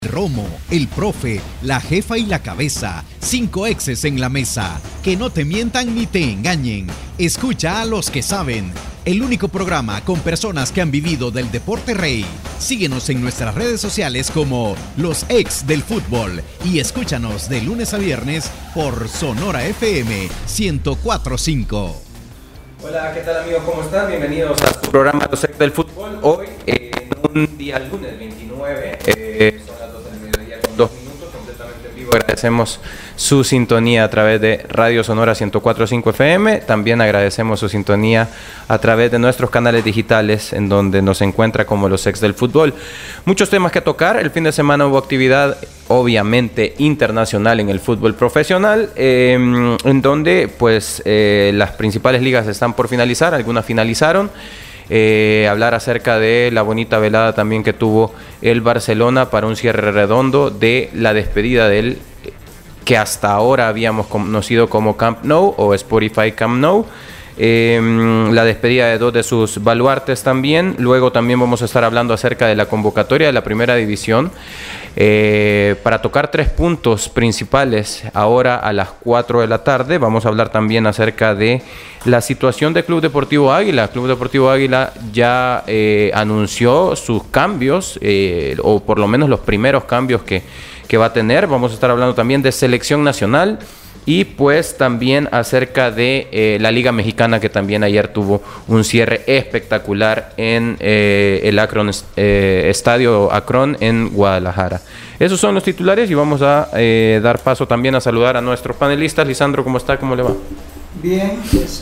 Romo, el profe, la jefa y la cabeza, 5 exes en la mesa, que no te mientan ni te engañen. Escucha a los que saben, el único programa con personas que han vivido del deporte rey. Síguenos en nuestras redes sociales como Los Ex del Fútbol y escúchanos de lunes a viernes por Sonora FM 104.5. Hola, ¿qué tal amigos? ¿Cómo están? Bienvenidos a su programa Los Ex del Fútbol. Hoy, en un día lunes 29, son las 12 del mediodía con 2 minutos, completamente en vivo. Agradecemos su sintonía a través de Radio Sonora 104.5 FM. También agradecemos su sintonía a través de nuestros canales digitales, en donde nos encuentra como Los Ex del Fútbol. Muchos temas que tocar. El fin de semana hubo actividad, obviamente internacional, en el fútbol profesional, en donde pues las principales ligas están por finalizar, algunas finalizaron. Hablar acerca de la bonita velada también que tuvo el Barcelona para un cierre redondo de la despedida del que hasta ahora habíamos conocido como Camp Nou o Spotify Camp Nou. La despedida de 2 de sus baluartes también. Luego también vamos a estar hablando acerca de la convocatoria de la primera división, para tocar 3 puntos principales ahora a las 4 de la tarde. Vamos a hablar también acerca de la situación de Club Deportivo Águila. Club Deportivo Águila ya anunció sus cambios, o por lo menos los primeros cambios que va a tener. Vamos a estar hablando también de selección nacional y pues también acerca de la Liga Mexicana, que también ayer tuvo un cierre espectacular en el Akron, Estadio Akron en Guadalajara. Esos son los titulares y vamos a dar paso también a saludar a nuestros panelistas. Lisandro, ¿cómo está? ¿Cómo le va? Bien,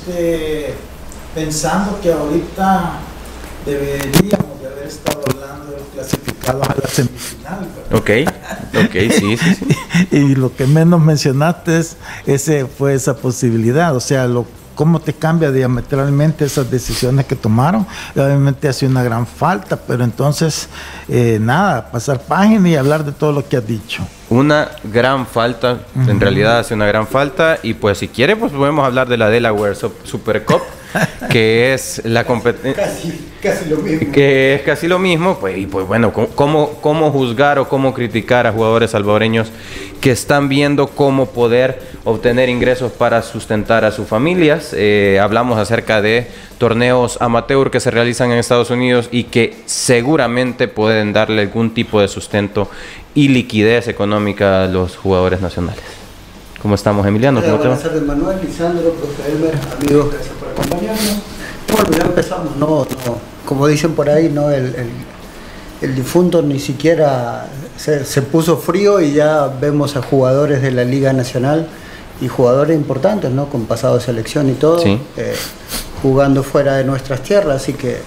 pensando que ahorita deberíamos de haber estado hablando de clasificados a la semifinal. Ok, sí. Y lo que menos mencionaste fue esa posibilidad, o sea, cómo te cambia diametralmente esas decisiones que tomaron. Obviamente hace una gran falta, pero entonces, pasar página y hablar de todo lo que has dicho. Una gran falta, en realidad hace una gran falta, y pues si quiere, pues podemos hablar de la Delaware Super Cup, que es la competencia casi lo mismo. Que es casi lo mismo, pues, y pues bueno, ¿cómo juzgar o cómo criticar a jugadores salvadoreños que están viendo cómo poder obtener ingresos para sustentar a sus familias? Hablamos acerca de torneos amateur que se realizan en Estados Unidos y que seguramente pueden darle algún tipo de sustento y liquidez económica a los jugadores nacionales. ¿Cómo estamos, Emiliano? Hola, buenas tardes, Manuel, Lisandro, profe Elmer, amigos, gracias por acompañarnos. Bueno, ya empezamos, no, como dicen por ahí, no, el difunto ni siquiera se puso frío y ya vemos a jugadores de la Liga Nacional y jugadores importantes, ¿no? Con pasado de selección y todo, sí. Jugando fuera de nuestras tierras, así que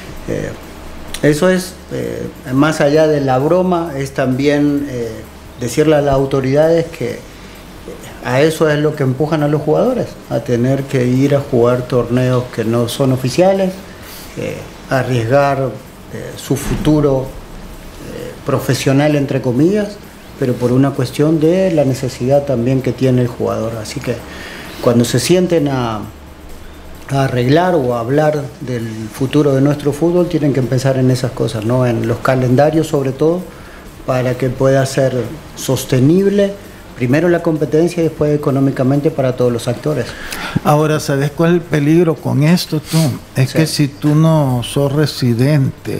eso es, más allá de la broma, es también decirle a las autoridades que a eso es lo que empujan a los jugadores, a tener que ir a jugar torneos que no son oficiales, arriesgar su futuro profesional, entre comillas, pero por una cuestión de la necesidad también que tiene el jugador. Así que cuando se sienten a arreglar o a hablar del futuro de nuestro fútbol, tienen que pensar en esas cosas, ¿no? En los calendarios sobre todo, para que pueda ser sostenible primero la competencia y después económicamente para todos los actores. Ahora, ¿sabes cuál es el peligro con esto tú? Es sí. Que si tú no sos residente,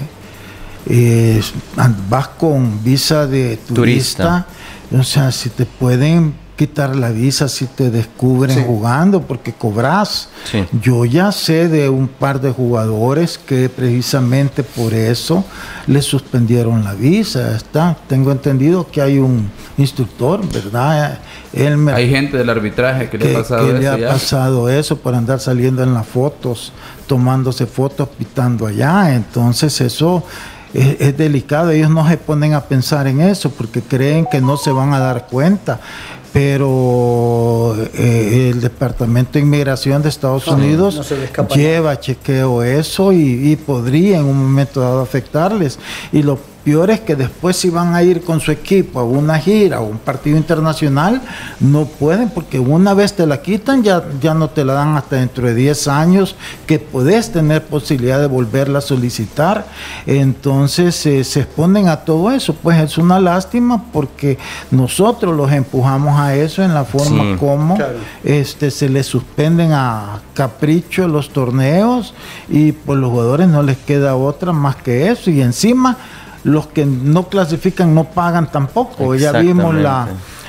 vas con visa de turista, o sea, si te pueden quitar la visa si te descubren jugando, porque cobras. Sí. Yo ya sé de un par de jugadores que precisamente por eso le suspendieron la visa. Tengo entendido que hay un instructor, ¿verdad? Hay gente del arbitraje que le ha pasado eso por andar saliendo en las fotos, tomándose fotos, pitando allá. Entonces eso es delicado. Ellos no se ponen a pensar en eso porque creen que no se van a dar cuenta. pero el Departamento de Inmigración de Estados Unidos lleva a chequeo eso y podría en un momento dado afectarles. Y lo peor es que después si van a ir con su equipo a una gira o un partido internacional, no pueden, porque una vez te la quitan, ya no te la dan hasta dentro de 10 años, que puedes tener posibilidad de volverla a solicitar. Entonces se exponen a todo eso. Pues es una lástima porque nosotros los empujamos a eso en la forma como se les suspenden a capricho los torneos y pues los jugadores no les queda otra más que eso, y encima los que no clasifican no pagan tampoco. Ya vimos la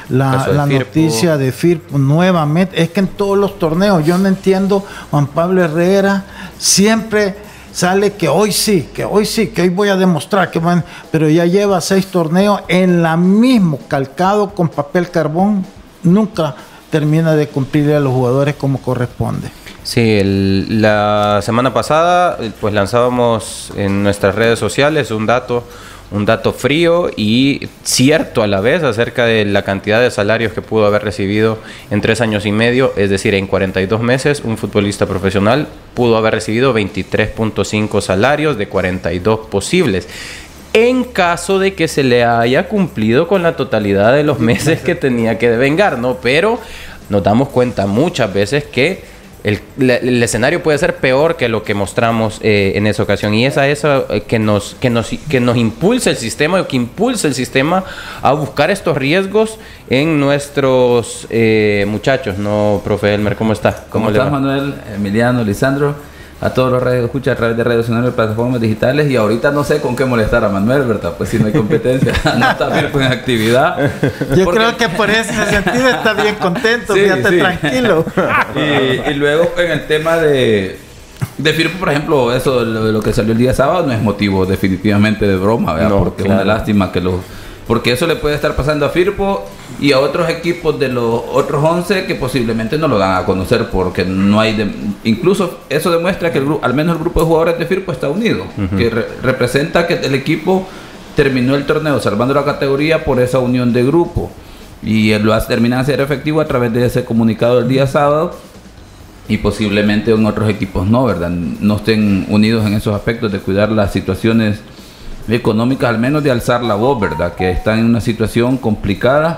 noticia de Firpo nuevamente. Es que en todos los torneos, yo no entiendo, Juan Pablo Herrera siempre sale que hoy sí, que hoy voy a demostrar que van, pero ya lleva 6 torneos en la misma, calcado con papel carbón, nunca termina de cumplirle a los jugadores como corresponde. Sí, la semana pasada pues lanzábamos en nuestras redes sociales un dato frío y cierto a la vez acerca de la cantidad de salarios que pudo haber recibido en 3 años y medio, es decir, en 42 meses un futbolista profesional pudo haber recibido 23.5 salarios de 42 posibles, en caso de que se le haya cumplido con la totalidad de los meses que tenía que devengar, ¿no? Pero nos damos cuenta muchas veces que el escenario puede ser peor que lo que mostramos en esa ocasión, y es a eso que nos impulsa el sistema, o que impulsa el sistema a buscar estos riesgos en nuestros muchachos, ¿no, profe Elmer? ¿Cómo está? ¿Cómo estás, Manuel, Emiliano, Lisandro? A todos los radios escucha a través de Radio Nacional y plataformas digitales, y ahorita no sé con qué molestar a Manuel, ¿verdad? Pues si no hay competencia, no está bien en actividad. Yo creo que por ese sentido está bien contento, fíjate, tranquilo. Y luego en el tema de Firpo, por ejemplo, eso de lo que salió el día sábado no es motivo definitivamente de broma, ¿verdad? No, porque es una lástima porque eso le puede estar pasando a Firpo y a otros equipos de los otros 11 que posiblemente no lo dan a conocer porque no hay... incluso eso demuestra que al menos el grupo de jugadores de Firpo está unido, que representa que el equipo terminó el torneo salvando la categoría por esa unión de grupo, y lo termina de ser efectivo a través de ese comunicado del día sábado, y posiblemente en otros equipos no, ¿verdad? No estén unidos en esos aspectos de cuidar las situaciones económicas, al menos de alzar la voz, ¿verdad? Que están en una situación complicada.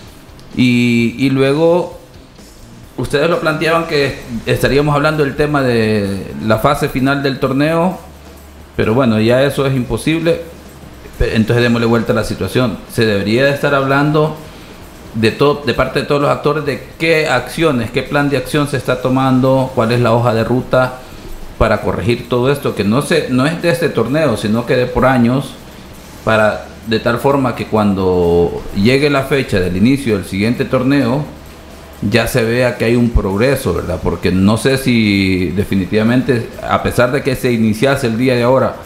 Y luego ustedes lo planteaban que estaríamos hablando del tema de la fase final del torneo, pero bueno, ya eso es imposible. Entonces démosle vuelta a la situación. Se debería de estar hablando de parte de todos los actores de qué acciones, qué plan de acción se está tomando, cuál es la hoja de ruta para corregir todo esto, que no es de este torneo, sino que de por años, de tal forma que cuando llegue la fecha del inicio del siguiente torneo ya se vea que hay un progreso, ¿verdad? Porque no sé si definitivamente, a pesar de que se iniciase el día de ahora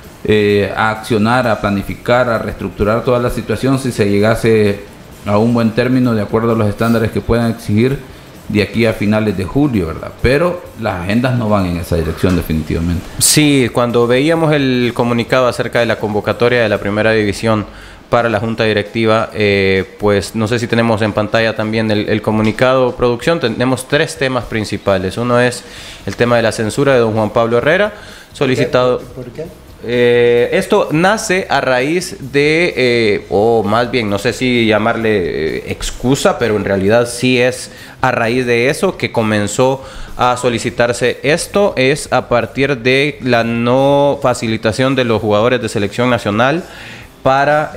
a accionar, a planificar, a reestructurar toda la situación, si se llegase a un buen término de acuerdo a los estándares que puedan exigir de aquí a finales de julio, ¿verdad? Pero las agendas no van en esa dirección definitivamente. Sí, cuando veíamos el comunicado acerca de la convocatoria de la primera división para la junta directiva, pues no sé si tenemos en pantalla también el comunicado, producción. Tenemos 3 temas principales. Uno es el tema de la censura de don Juan Pablo Herrera, solicitado... ¿Por qué? Esto nace a raíz de, o más bien, no sé si llamarle excusa, pero en realidad sí es a raíz de eso que comenzó a solicitarse esto. Es a partir de la no facilitación de los jugadores de selección nacional para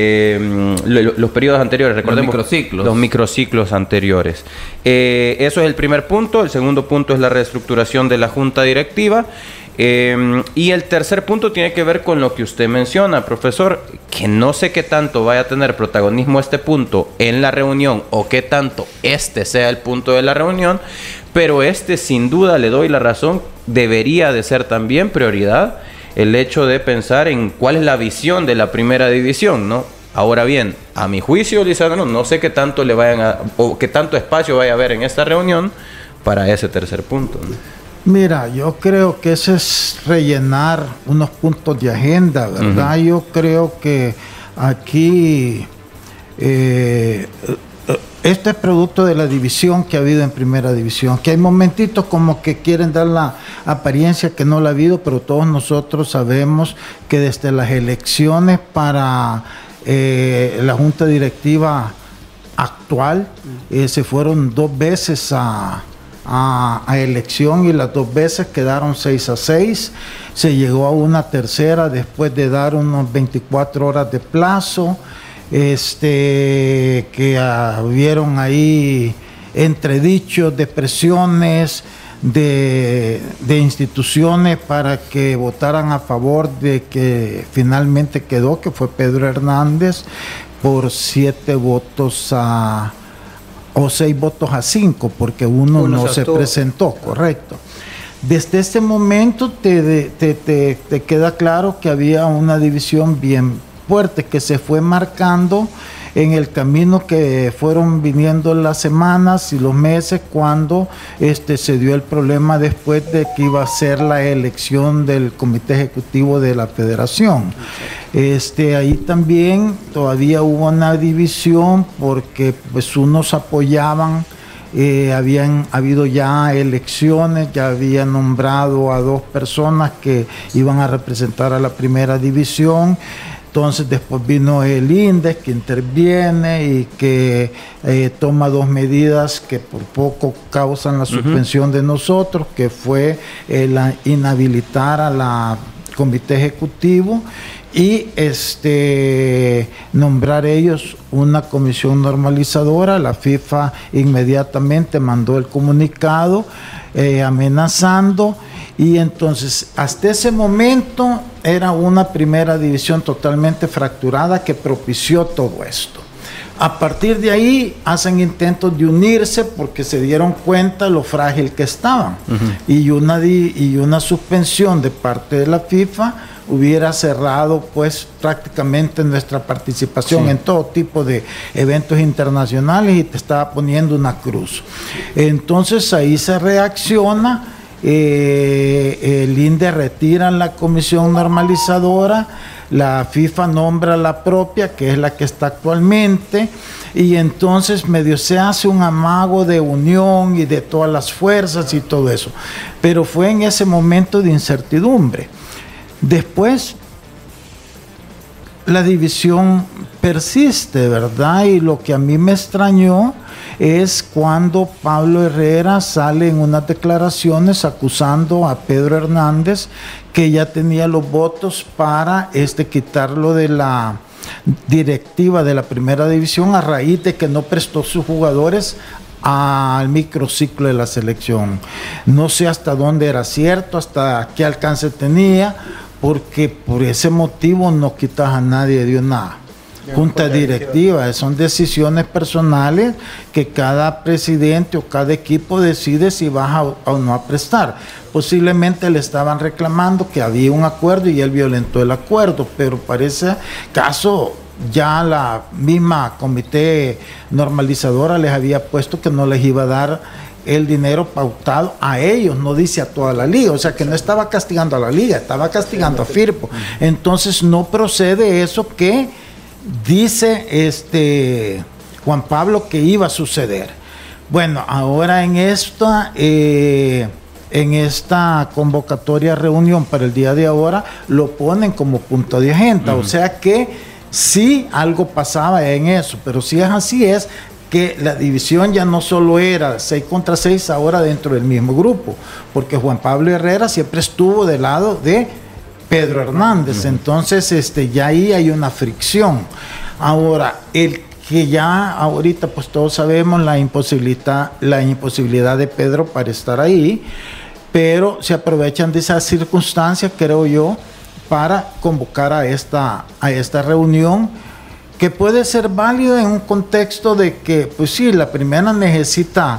los periodos anteriores, recordemos los microciclos anteriores. Eso es el primer punto. El segundo punto es la reestructuración de la junta directiva. Y el tercer punto tiene que ver con lo que usted menciona, profesor, que no sé qué tanto vaya a tener protagonismo este punto en la reunión o qué tanto este sea el punto de la reunión, pero sin duda le doy la razón, debería de ser también prioridad el hecho de pensar en cuál es la visión de la primera división, ¿no? Ahora bien, a mi juicio, Lisandro, no sé qué tanto o qué tanto espacio vaya a haber en esta reunión para ese tercer punto, ¿no? Mira, yo creo que ese es rellenar unos puntos de agenda, ¿verdad? Yo creo que aquí Este es producto de la división que ha habido en primera división, que hay momentitos como que quieren dar la apariencia que no la ha habido, pero todos nosotros sabemos que desde las elecciones para la junta directiva actual se fueron 2 veces a elección y las 2 veces quedaron 6-6. Se llegó a una tercera después de dar unos 24 horas de plazo. Que hubieron ahí entredichos de presiones de instituciones para que votaran a favor de que finalmente quedó, que fue Pedro Hernández, por 7 votos o 6 votos a 5, porque uno no se presentó, correcto. Desde este momento te queda claro que había una división bien fuerte que se fue marcando en el camino que fueron viniendo las semanas y los meses cuando se dio el problema después de que iba a ser la elección del comité ejecutivo de la federación. Ahí también todavía hubo una división porque pues unos apoyaban, habían habido ya elecciones, ya habían nombrado a 2 personas que iban a representar a la primera división. Entonces después vino el INDES que interviene y que toma 2 medidas que por poco causan la suspensión de nosotros, que fue inhabilitar a la comité ejecutivo y nombrar ellos una comisión normalizadora. La FIFA inmediatamente mandó el comunicado amenazando. Y entonces, hasta ese momento era una primera división totalmente fracturada que propició todo esto. A partir de ahí hacen intentos de unirse porque se dieron cuenta lo frágil que estaban. Y una suspensión de parte de la FIFA hubiera cerrado pues prácticamente nuestra participación en todo tipo de eventos internacionales y te estaba poniendo una cruz. Entonces ahí se reacciona. El INDE retira la comisión normalizadora, la FIFA nombra la propia, que es la que está actualmente, y entonces medio se hace un amago de unión y de todas las fuerzas y todo eso. Pero fue en ese momento de incertidumbre. Después, la división persiste, ¿verdad? Y lo que a mí me extrañó es cuando Pablo Herrera sale en unas declaraciones acusando a Pedro Hernández que ya tenía los votos para quitarlo de la directiva de la primera división a raíz de que no prestó sus jugadores al microciclo de la selección. No sé hasta dónde era cierto, hasta qué alcance tenía, porque por ese motivo no quitas a nadie de una junta directiva. Son decisiones personales que cada presidente o cada equipo decide si vas o no a prestar. Posiblemente le estaban reclamando que había un acuerdo y él violentó el acuerdo, pero para ese caso ya la misma comité normalizadora les había puesto que no les iba a dar el dinero pautado a ellos, no dice a toda la liga, o sea que no estaba castigando a la liga, estaba castigando a Firpo. Entonces no procede eso que dice Juan Pablo que iba a suceder. Bueno, ahora en esta convocatoria reunión para el día de ahora lo ponen como punto de agenda, o sea que sí algo pasaba en eso, pero si es así es que la división ya no solo era 6 contra 6 ahora dentro del mismo grupo, porque Juan Pablo Herrera siempre estuvo del lado de Pedro Hernández, entonces ya ahí hay una fricción. Ahora, el que ya ahorita pues todos sabemos la imposibilidad de Pedro para estar ahí, pero se aprovechan de esas circunstancias, creo yo, para convocar a esta reunión, que puede ser válido en un contexto de que, pues sí, la primera necesita,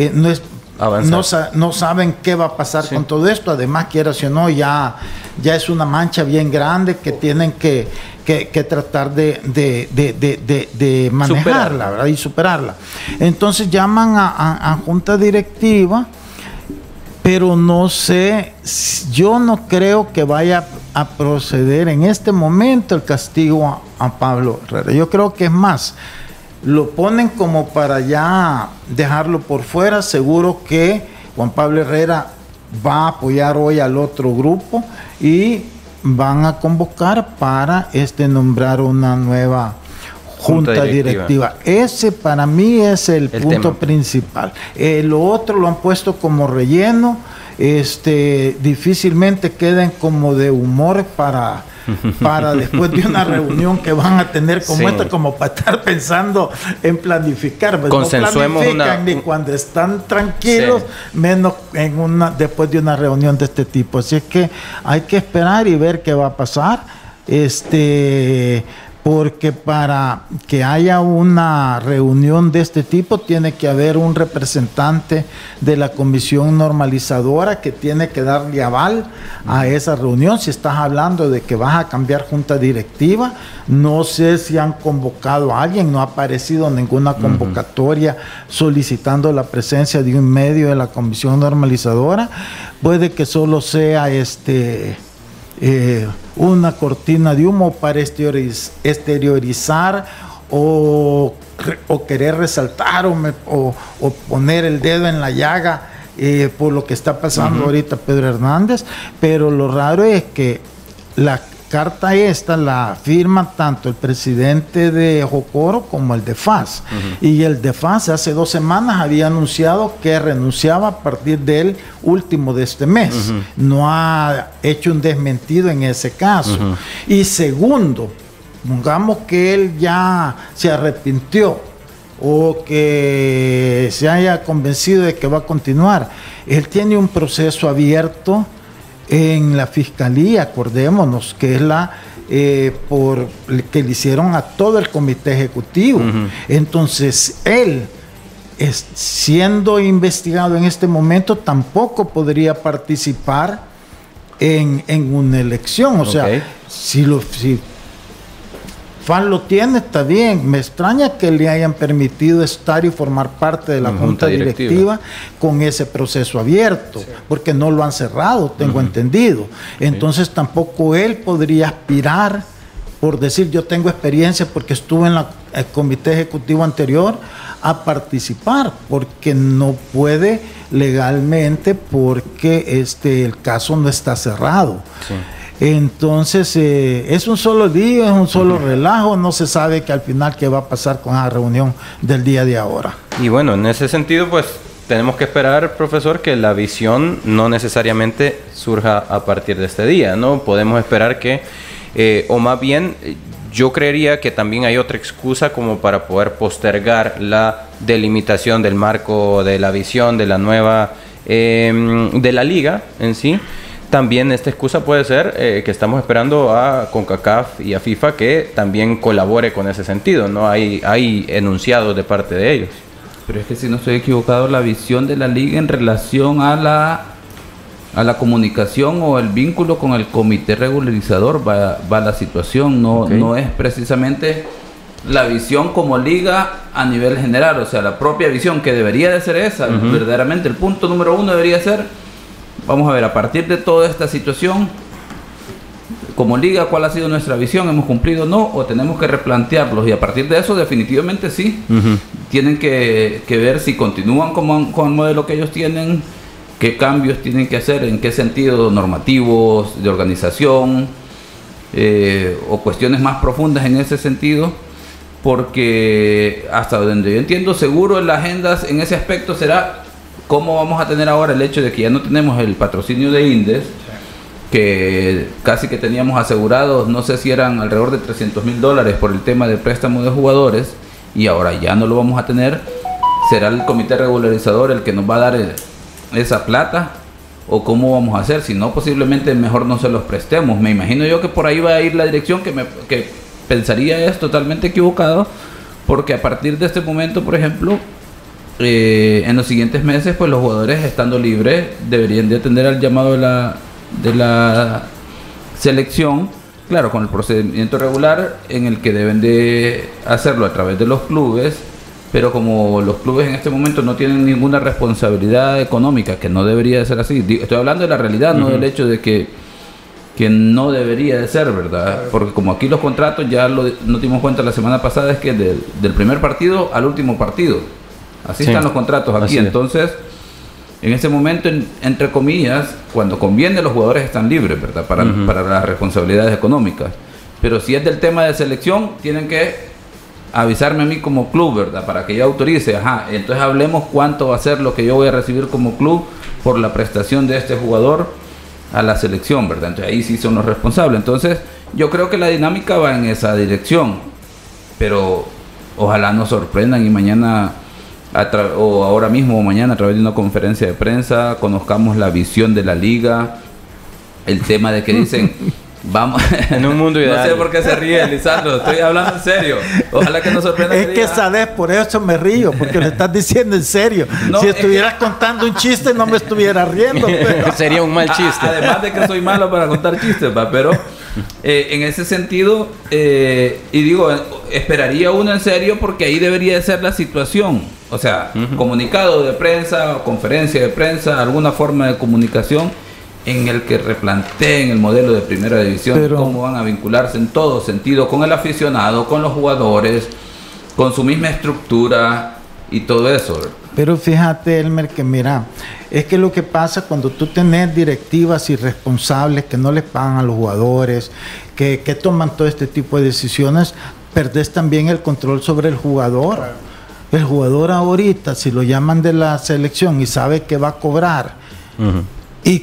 no saben qué va a pasar con todo esto, además, quieras o no, ya es una mancha bien grande que tienen que tratar de manejarla, ¿verdad? Y superarla. Entonces llaman a junta directiva, pero no sé, yo no creo que vaya a proceder en este momento el castigo a Pablo Herrera. Yo creo que es más, lo ponen como para ya dejarlo por fuera. Seguro que Juan Pablo Herrera va a apoyar hoy al otro grupo y van a convocar para nombrar una nueva junta directiva. Ese para mí es el punto principal. Lo otro lo han puesto como relleno. Difícilmente queden como de humor para después de una reunión que van a tener como esta, como para estar pensando en planificar. Pues consensuemos no planifican ni cuando están tranquilos, menos después de una reunión de este tipo. Así es que hay que esperar y ver qué va a pasar. Porque para que haya una reunión de este tipo tiene que haber un representante de la comisión normalizadora que tiene que darle aval a esa reunión. Si estás hablando de que vas a cambiar junta directiva, no sé si han convocado a alguien, no ha aparecido ninguna convocatoria solicitando la presencia de un medio de la comisión normalizadora. Puede que solo sea una cortina de humo para exteriorizar o querer resaltar o poner el dedo en la llaga por lo que está pasando ahorita Pedro Hernández. Pero lo raro es que la carta esta la firma tanto el presidente de Jocoro como el de FAS. Y el de FAS hace 2 semanas había anunciado que renunciaba a partir del último de este mes. No ha hecho un desmentido en ese caso. Y segundo, pongamos que él ya se arrepintió o que se haya convencido de que va a continuar. Él tiene un proceso abierto en la fiscalía, acordémonos, que es que le hicieron a todo el comité ejecutivo. Entonces, él, siendo investigado en este momento, tampoco podría participar en una elección. O sea, si FAS lo tiene, está bien. Me extraña que le hayan permitido estar y formar parte de la junta directiva con ese proceso abierto, porque no lo han cerrado, tengo entendido. Entonces tampoco él podría aspirar, por decir yo tengo experiencia porque estuve en el comité ejecutivo anterior, a participar, porque no puede legalmente, porque el caso no está cerrado. Entonces es un solo día, es un solo relajo, no se sabe que al final qué va a pasar con la reunión del día de ahora. Y bueno, en ese sentido pues tenemos que esperar, profesor, que la visión no necesariamente surja a partir de este día, ¿no? Podemos esperar que, o más bien, yo creería que también hay otra excusa como para poder postergar la delimitación del marco de la visión de la nueva, de la liga en sí. También esta excusa puede ser que estamos esperando a CONCACAF y a FIFA que también colabore con ese sentido, ¿no? Hay enunciados de parte de ellos. Pero es que si no estoy equivocado, la visión de la liga en relación a la comunicación o el vínculo con el comité regularizador va la situación, no es precisamente la visión como liga a nivel general, o sea, la propia visión que debería de ser esa, verdaderamente el punto número 1 debería ser: vamos a ver, a partir de toda esta situación, como liga, ¿cuál ha sido nuestra visión? ¿Hemos cumplido o no? ¿O tenemos que replantearlos? Y a partir de eso, definitivamente sí. Tienen que ver si continúan con el modelo que ellos tienen, qué cambios tienen que hacer, en qué sentido, normativos, de organización, o cuestiones más profundas en ese sentido. Porque hasta donde yo entiendo, seguro en las agendas en ese aspecto será cómo vamos a tener ahora el hecho de que ya no tenemos el patrocinio de Indes, que casi que teníamos asegurados, no sé si eran alrededor de $300,000 por el tema del préstamo de jugadores, y ahora ya no lo vamos a tener. ¿Será el comité regularizador el que nos va a dar esa plata? ¿O cómo vamos a hacer? Si no, posiblemente mejor no se los prestemos. Me imagino yo que por ahí va a ir la dirección, que pensaría es totalmente equivocado, porque a partir de este momento, por ejemplo, en los siguientes meses, pues los jugadores, estando libres, deberían de atender al llamado de la selección, claro, con el procedimiento regular en el que deben de hacerlo a través de los clubes, pero como los clubes en este momento no tienen ninguna responsabilidad económica, que no debería de ser así, estoy hablando de la realidad, no del hecho de que que no debería de ser, ¿verdad? Porque como aquí los contratos, ya nos dimos cuenta la semana pasada, es que del primer partido al último partido. Así están los contratos aquí. Entonces, en ese momento, entre comillas, cuando conviene, los jugadores están libres, ¿verdad? Para las responsabilidades económicas. Pero si es del tema de selección, tienen que avisarme a mí como club, ¿verdad? Para que yo autorice. Entonces hablemos cuánto va a ser lo que yo voy a recibir como club por la prestación de este jugador a la selección, ¿verdad? Entonces ahí sí son los responsables. Entonces yo creo que la dinámica va en esa dirección, pero ojalá nos sorprendan y mañana o ahora mismo o mañana a través de una conferencia de prensa conozcamos la visión de la liga, el tema de que dicen vamos en un mundo ideal. No sé por qué se ríe, Lisandro, estoy hablando en serio. Ojalá que nos sorprenda. Es que sabes, por eso me río, porque lo estás diciendo en serio. No, si estuvieras contando un chiste no me estuviera riendo. Pero... sería un mal chiste. Además de que soy malo para contar chistes, pero en ese sentido, y digo, esperaría uno en serio porque ahí debería de ser la situación. O sea, comunicado de prensa, conferencia de prensa, alguna forma de comunicación en el que replanteen el modelo de primera división, cómo van a vincularse en todo sentido con el aficionado, con los jugadores, con su misma estructura y todo eso. Pero fíjate, Elmer, que mira, es que lo que pasa cuando tú tenés directivas irresponsables que no les pagan a los jugadores, que toman todo este tipo de decisiones, perdés también el control sobre el jugador. El jugador ahorita, si lo llaman de la selección y sabe que va a cobrar, y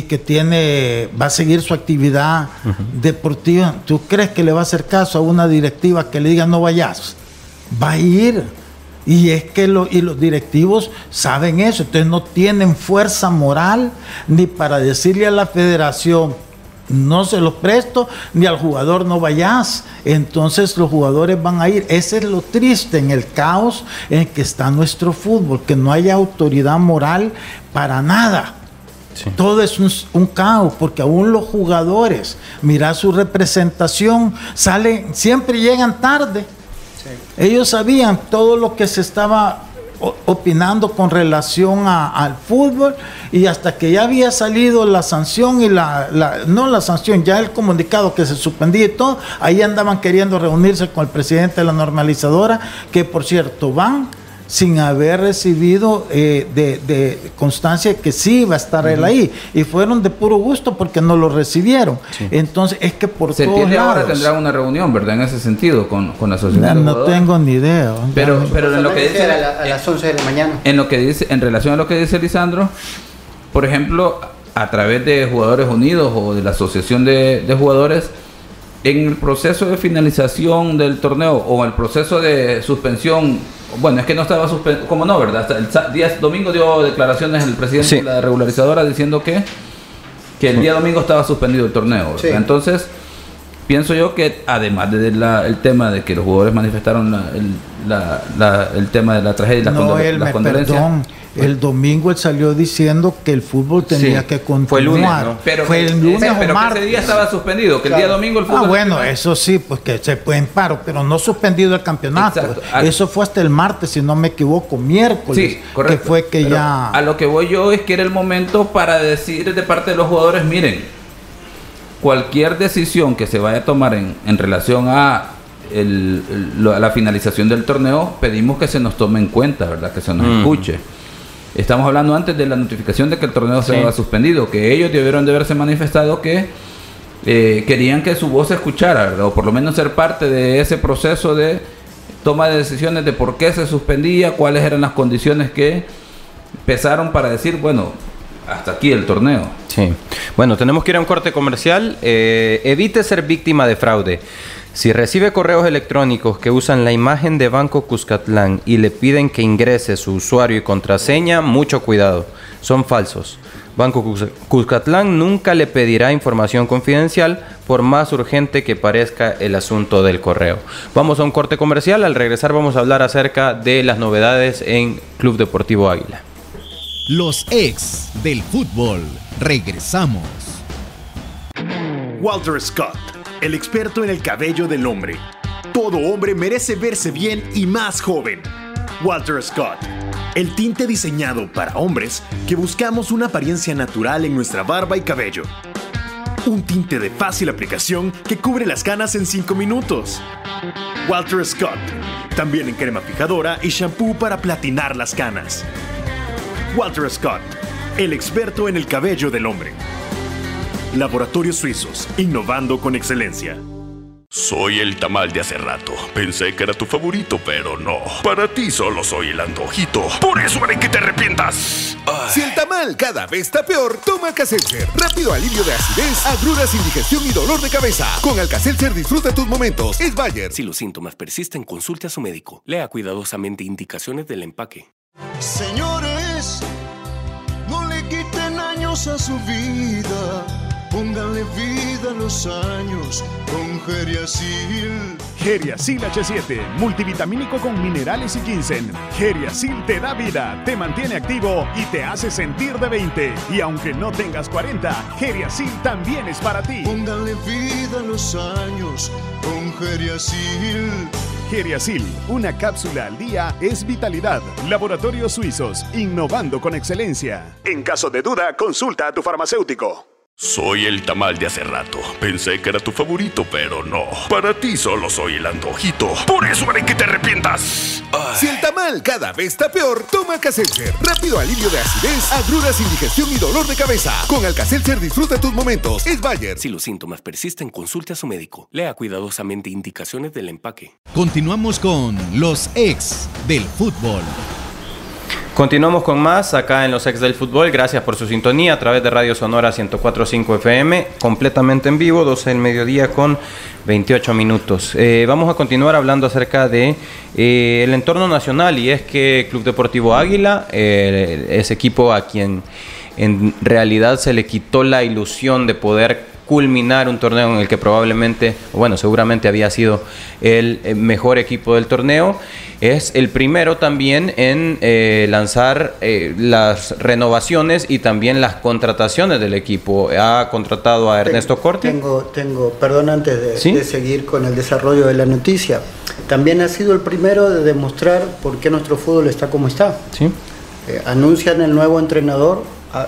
que va a seguir su actividad deportiva, ¿tú crees que le va a hacer caso a una directiva que le diga no vayas? Va a ir. Y es que los directivos saben eso, entonces no tienen fuerza moral ni para decirle a la federación no se los presto, ni al jugador no vayas. Entonces los jugadores van a ir. Ese es lo triste en el caos en que está nuestro fútbol, que no haya autoridad moral para nada. Sí. Todo es un caos, porque aún los jugadores, mira su representación, siempre llegan tarde. Sí. Ellos sabían todo lo que se estaba opinando con relación al fútbol, y hasta que ya había salido la sanción y no la sanción, ya el comunicado que se suspendía y todo, ahí andaban queriendo reunirse con el presidente de la normalizadora, que por cierto van sin haber recibido de constancia que sí iba a estar él ahí, y fueron de puro gusto porque no lo recibieron. Sí. Entonces es que por se todos lados ahora tendrán una reunión, ¿verdad? En ese sentido con la asociación. No tengo ni idea. Pero en lo que dice a las 11 de la mañana. En relación a lo que dice Lisandro, por ejemplo, a través de Jugadores Unidos o de la asociación de jugadores, en el proceso de finalización del torneo o el proceso de suspensión, bueno, es que no estaba suspendido, ¿cómo no, verdad? Hasta el día domingo dio declaraciones el presidente de la regularizadora diciendo que el día domingo estaba suspendido el torneo. Sí. Entonces, pienso yo que además del tema de que los jugadores manifestaron el tema de la tragedia y las condolencias. Perdón. El domingo él salió diciendo que el fútbol tenía que continuar. Fue el lunes, ¿no? Fue el lunes o martes. Ese día estaba suspendido, que el día domingo el fútbol... bueno, eso sí, pues que se puede en paro, pero no suspendido el campeonato. Eso fue hasta el martes, si no me equivoco, miércoles. Sí, correcto. Que fue que pero ya... A lo que voy yo es que era el momento para decir de parte de los jugadores, miren, cualquier decisión que se vaya a tomar en relación a la finalización del torneo, pedimos que se nos tome en cuenta, ¿verdad? Que se nos escuche. Estamos hablando antes de la notificación de que el torneo se había suspendido, que ellos debieron de haberse manifestado que querían que su voz se escuchara, ¿verdad? O por lo menos ser parte de ese proceso de toma de decisiones de por qué se suspendía, cuáles eran las condiciones que pesaron para decir, bueno, hasta aquí el torneo. Sí. Bueno, tenemos que ir a un corte comercial. Evite ser víctima de fraude. Si recibe correos electrónicos que usan la imagen de Banco Cuscatlán y le piden que ingrese su usuario y contraseña, mucho cuidado. Son falsos. Banco Cuscatlán nunca le pedirá información confidencial, por más urgente que parezca el asunto del correo. Vamos a un corte comercial. Al regresar vamos a hablar acerca de las novedades en Club Deportivo Águila. Los ex del fútbol. Regresamos. Walter Scott, el experto en el cabello del hombre. Todo hombre merece verse bien y más joven. Walter Scott, el tinte diseñado para hombres que buscamos una apariencia natural en nuestra barba y cabello. un tinte de fácil aplicación que cubre las canas en 5 minutos. Walter Scott, también en crema fijadora y shampoo para platinar las canas. Walter Scott, el experto en el cabello del hombre. Laboratorios Suizos, innovando con excelencia. Soy el tamal de hace rato. Pensé que era tu favorito, pero no. Para ti solo soy el antojito. Por eso haré que te arrepientas. Si el tamal cada vez está peor, toma Alka-Seltzer. Rápido alivio de acidez, agruras, indigestión y dolor de cabeza. Con Alka-Seltzer disfruta tus momentos. Es Bayer. Si los síntomas persisten, consulte a su médico. Lea cuidadosamente indicaciones del empaque. Señores, no le quiten años a su vida. Pónganle vida a los años con Geriasil. Geriasil H7, multivitamínico con minerales y ginseng. Geriasil te da vida, te mantiene activo y te hace sentir de 20. Y aunque no tengas 40, Geriasil también es para ti. Pónganle vida a los años con Geriasil. Geriasil, una cápsula al día es vitalidad. Laboratorios Suizos, innovando con excelencia. En caso de duda, consulta a tu farmacéutico. Soy el tamal de hace rato. Pensé que era tu favorito, pero no. Para ti solo soy el antojito. Por eso haré que te arrepientas. Si el tamal cada vez está peor, toma Alka-Seltzer. Rápido alivio de acidez, agruras, indigestión y dolor de cabeza. Con Alka-Seltzer disfruta tus momentos. Es Bayer. Si los síntomas persisten, consulte a su médico. Lea cuidadosamente indicaciones del empaque. Continuamos con los ex del fútbol. Continuamos con más acá en los ex del fútbol. Gracias por su sintonía a través de Radio Sonora 104.5 FM, completamente en vivo, 12 del mediodía con 28 minutos. Vamos a continuar hablando acerca de el entorno nacional, y es que Club Deportivo Águila, ese equipo a quien en realidad se le quitó la ilusión de poder culminar un torneo en el que probablemente, bueno, seguramente había sido el mejor equipo del torneo, es el primero también en lanzar las renovaciones y también las contrataciones del equipo. Ha contratado a Ernesto Corti. Perdón, antes de seguir con el desarrollo de la noticia, también ha sido el primero de demostrar por qué nuestro fútbol está como está. ¿Sí? Anuncian el nuevo entrenador,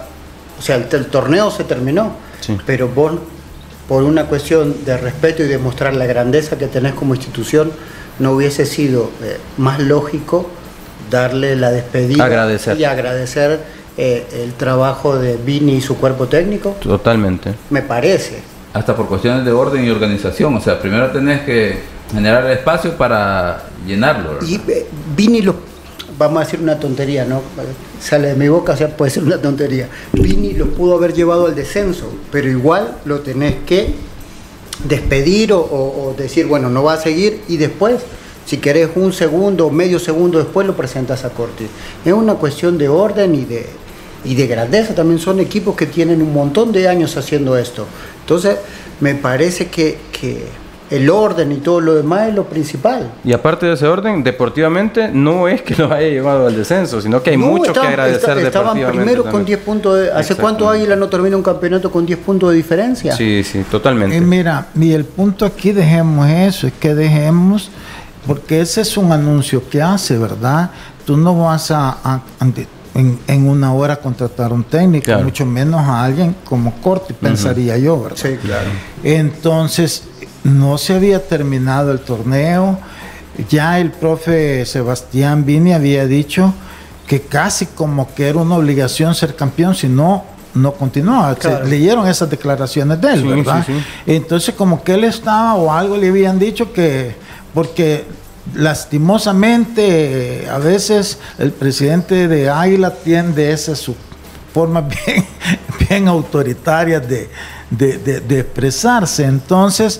o sea, el torneo se terminó, sí, pero vos, por una cuestión de respeto y de mostrar la grandeza que tenés como institución, no hubiese sido más lógico darle la despedida y agradecer el trabajo de Vini y su cuerpo técnico. Totalmente. Me parece. Hasta por cuestiones de orden y organización. O sea, primero tenés que generar el espacio para llenarlo, ¿verdad? Y Vini, vamos a decir una tontería, ¿no? Sale de mi boca, o sea, puede ser una tontería. Vini lo pudo haber llevado al descenso, pero igual lo tenés que despedir o decir, bueno, no va a seguir, y después, si querés un segundo o medio segundo después, lo presentas a Corti. Es una cuestión de orden y de grandeza. También son equipos que tienen un montón de años haciendo esto. Entonces, me parece que el orden y todo lo demás es lo principal. Y aparte de ese orden, deportivamente no es que los haya llevado al descenso, sino que hay mucho que agradecer deportivamente. Estaban primero con 10 puntos. ¿Hace cuánto Águila no termina un campeonato con 10 puntos de diferencia? Sí, sí, totalmente. Mira, y el punto aquí, dejemos eso, es que dejemos, porque ese es un anuncio que hace, ¿verdad? Tú no vas en una hora contratar un técnico, claro, mucho menos a alguien como Corti, pensaría yo, ¿verdad? Sí, claro. Entonces, no se había terminado el torneo. Ya el profe Sebastián Vini había dicho que casi como que era una obligación ser campeón, si no, no continuaba. Claro. Leyeron esas declaraciones de él, sí, ¿verdad? Sí, sí. Entonces como que él estaba, o algo le habían dicho, que porque lastimosamente a veces el presidente de Águila tiende esas sus formas bien autoritarias de expresarse. Entonces,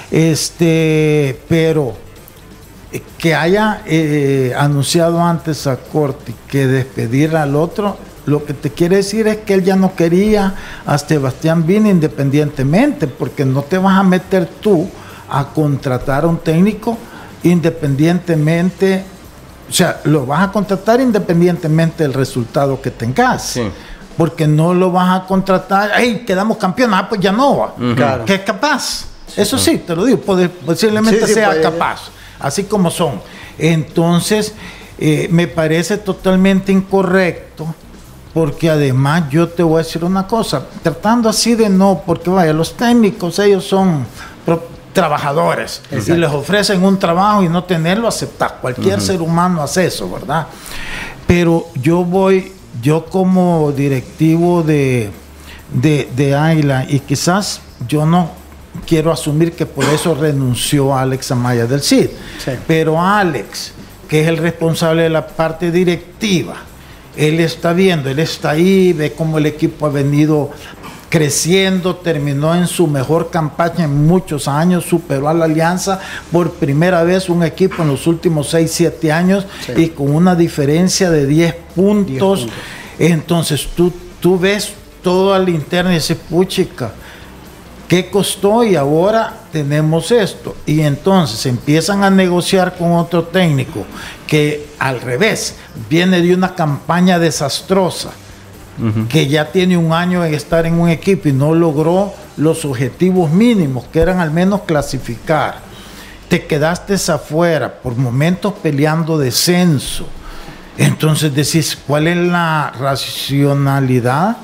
pero que haya anunciado antes a Corti que despedir al otro, lo que te quiere decir es que él ya no quería a Sebastián Vini independientemente, porque no te vas a meter tú a contratar a un técnico independientemente, o sea, lo vas a contratar independientemente del resultado que tengas. Sí. Porque no lo vas a contratar, ¡ay, quedamos campeones! Pues ya no va. Claro. Que es capaz. Sí, eso sí, te lo digo, posiblemente sea capaz, así como son. Entonces, me parece totalmente incorrecto porque además yo te voy a decir una cosa, tratando así de no, porque vaya, los técnicos, ellos son trabajadores. Exacto. Y les ofrecen un trabajo y no tenerlo, aceptar. Cualquier ser humano hace eso, ¿verdad? Pero yo como directivo de Águila, y quizás yo no quiero asumir que por eso renunció Alex Amaya del CID, sí. Pero Alex, que es el responsable de la parte directiva, él está viendo, él está ahí, ve cómo el equipo ha venido creciendo, terminó en su mejor campaña en muchos años, superó a la Alianza por primera vez un equipo en los últimos 6-7 años, sí. Y con una diferencia de 10 puntos. Entonces tú ves todo al interno y dices, puchica, ¿qué costó? Y ahora tenemos esto. Y entonces empiezan a negociar con otro técnico que al revés, viene de una campaña desastrosa, que ya tiene un año en estar en un equipo y no logró los objetivos mínimos, que eran al menos clasificar. Te quedaste afuera, por momentos peleando descenso. Entonces decís, ¿cuál es la racionalidad?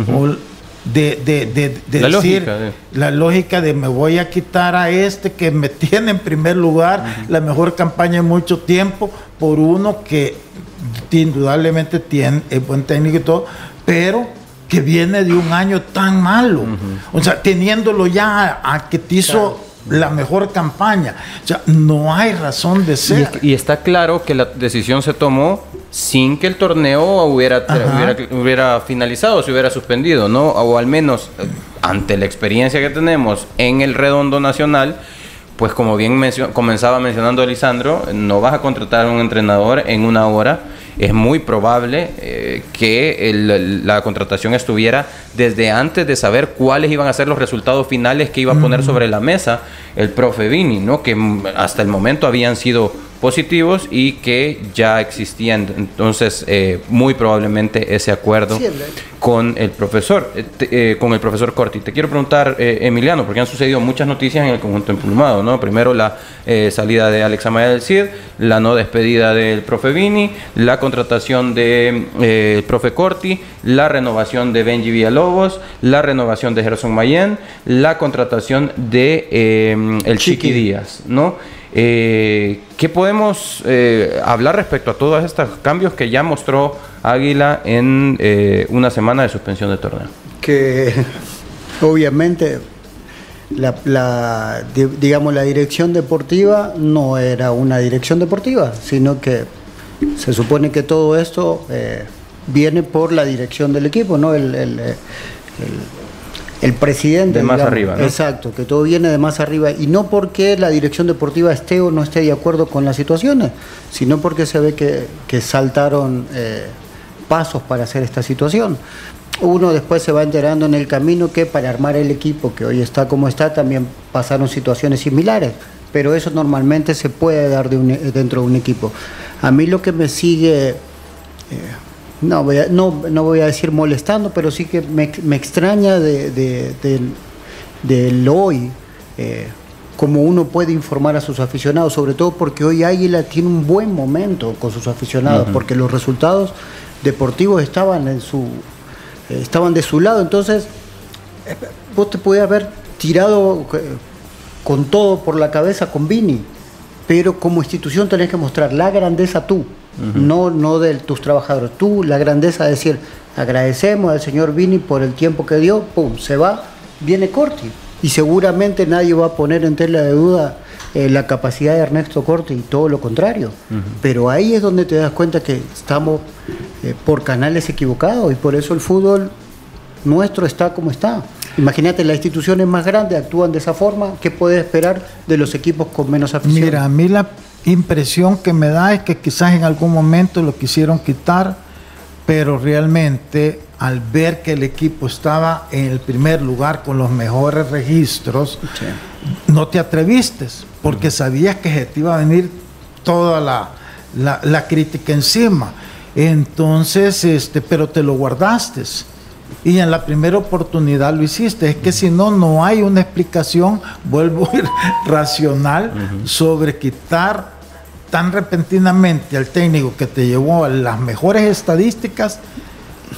De la decir, lógica, la lógica de me voy a quitar a este que me tiene en primer lugar, la mejor campaña en mucho tiempo, por uno que indudablemente es buen técnico y todo, pero que viene de un año tan malo, o sea, teniéndolo ya a que te hizo la mejor campaña, o sea, no hay razón de ser. Y está claro que la decisión se tomó sin que el torneo hubiera finalizado, se hubiera suspendido, ¿no? O al menos ante la experiencia que tenemos en el redondo nacional, pues como bien comenzaba mencionando Lisandro, no vas a contratar a un entrenador en una hora. Es muy probable que la contratación estuviera desde antes de saber cuáles iban a ser los resultados finales que iba a poner sobre la mesa el profe Vini, ¿no? Que hasta el momento habían sido positivos y que ya existían entonces muy probablemente ese acuerdo con el profesor Corti. Te quiero preguntar, Emiliano, porque han sucedido muchas noticias en el conjunto emplumado, ¿no? Primero la salida de Alex Amaya del CID, la no despedida del profe Vini, la contratación de profe Corti, la renovación de Benji Villalobos, la renovación de Gerson Mayen, la contratación de el Chiqui Díaz, ¿no? ¿Qué podemos hablar respecto a todos estos cambios que ya mostró Águila en una semana de suspensión de torneo? Que obviamente la dirección deportiva no era una dirección deportiva, sino que se supone que todo esto viene por la dirección del equipo, ¿no? El presidente. De más arriba, ¿no? Exacto, que todo viene de más arriba. Y no porque la dirección deportiva esté o no esté de acuerdo con las situaciones, sino porque se ve que saltaron pasos para hacer esta situación. Uno después se va enterando en el camino que para armar el equipo que hoy está como está, también pasaron situaciones similares. Pero eso normalmente se puede dar dentro de un equipo. A mí lo que me sigue... no voy a decir molestando, pero sí que me extraña del hoy, cómo uno puede informar a sus aficionados, sobre todo porque hoy Águila tiene un buen momento con sus aficionados, porque los resultados deportivos estaban de su lado. Entonces vos te podías haber tirado con todo por la cabeza con Vini, pero como institución tenés que mostrar la grandeza tú. No de tus trabajadores, tú la grandeza de decir, agradecemos al señor Vini por el tiempo que dio, pum, se va, viene Corti, y seguramente nadie va a poner en tela de duda la capacidad de Ernesto Corti, y todo lo contrario, pero ahí es donde te das cuenta que estamos por canales equivocados, y por eso el fútbol nuestro está como está. Imagínate, las instituciones más grandes actúan de esa forma, ¿qué puedes esperar de los equipos con menos afición? Mira, a mí la impresión que me da es que quizás en algún momento lo quisieron quitar, pero realmente al ver que el equipo estaba en el primer lugar con los mejores registros, no te atreviste, porque sabías que se te iba a venir toda la crítica encima. Entonces, pero te lo guardaste. Y en la primera oportunidad lo hiciste. Es que si no hay una explicación, vuelvo a ir racional, sobre quitar tan repentinamente al técnico que te llevó a las mejores estadísticas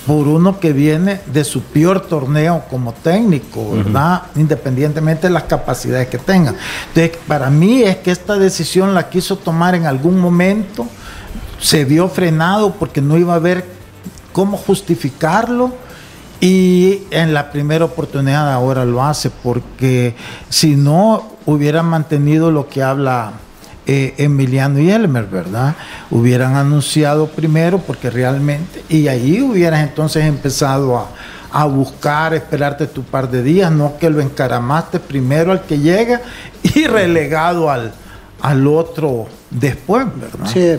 por uno que viene de su peor torneo como técnico, ¿verdad? Independientemente de las capacidades que tenga. Entonces, para mí es que esta decisión la quiso tomar en algún momento, se vio frenado porque no iba a haber cómo justificarlo, y en la primera oportunidad ahora lo hace, porque si no hubiera mantenido lo que habla Emiliano y Elmer, ¿verdad? Hubieran anunciado primero, porque realmente, y ahí hubieras entonces empezado a buscar, esperarte tu par de días, no que lo encaramaste primero al que llega y relegado al otro después, ¿verdad? Sí,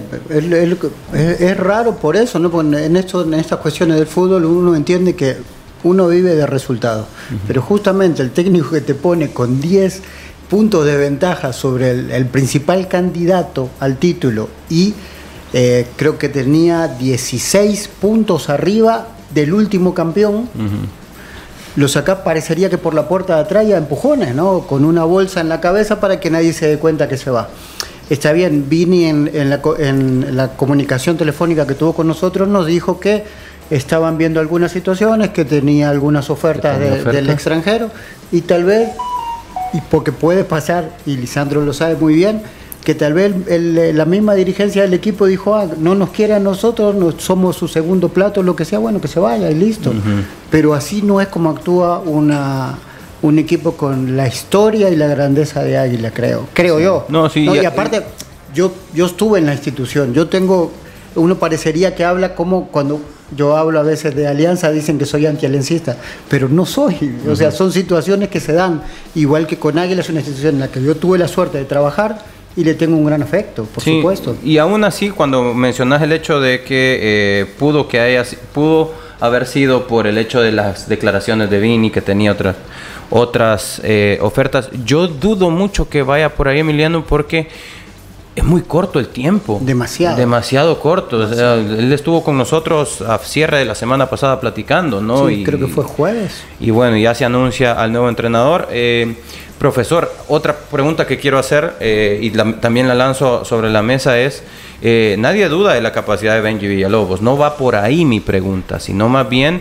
es raro por eso, ¿no? Porque en estas cuestiones del fútbol uno entiende que uno vive de resultados, pero justamente el técnico que te pone con 10 puntos de ventaja sobre el principal candidato al título y creo que tenía 16 puntos arriba del último campeón, lo sacás, parecería que por la puerta de atrás y a empujones, ¿no? Con una bolsa en la cabeza para que nadie se dé cuenta que se va. Está bien, Vini en la comunicación telefónica que tuvo con nosotros nos dijo que estaban viendo algunas situaciones, que tenía algunas ofertas del extranjero, y tal vez, y porque puede pasar, y Lisandro lo sabe muy bien, que tal vez la misma dirigencia del equipo dijo, no nos quiere a nosotros, no somos su segundo plato, lo que sea, bueno, que se vaya y listo. Pero así no es como actúa un equipo con la historia y la grandeza de Águila, creo sí. Yo. No, sí, ¿no? Y aparte, yo estuve en la institución, uno parecería que habla como cuando yo hablo a veces de Alianza, dicen que soy antialiancista, pero no soy, o sea, son situaciones que se dan, igual que con Águila es una institución en la que yo tuve la suerte de trabajar y le tengo un gran afecto, por supuesto. Y aún así, cuando mencionas el hecho de que pudo haber sido por el hecho de las declaraciones de Vini, que tenía otras ofertas, yo dudo mucho que vaya por ahí, Emiliano, porque es muy corto el tiempo. Demasiado corto. O sea, él estuvo con nosotros a cierre de la semana pasada platicando, ¿no? Sí, creo que fue jueves. Y bueno, ya se anuncia al nuevo entrenador. Profesor, otra pregunta que quiero hacer, y también la lanzo sobre la mesa, es, nadie duda de la capacidad de Benji Villalobos. No va por ahí mi pregunta, sino más bien,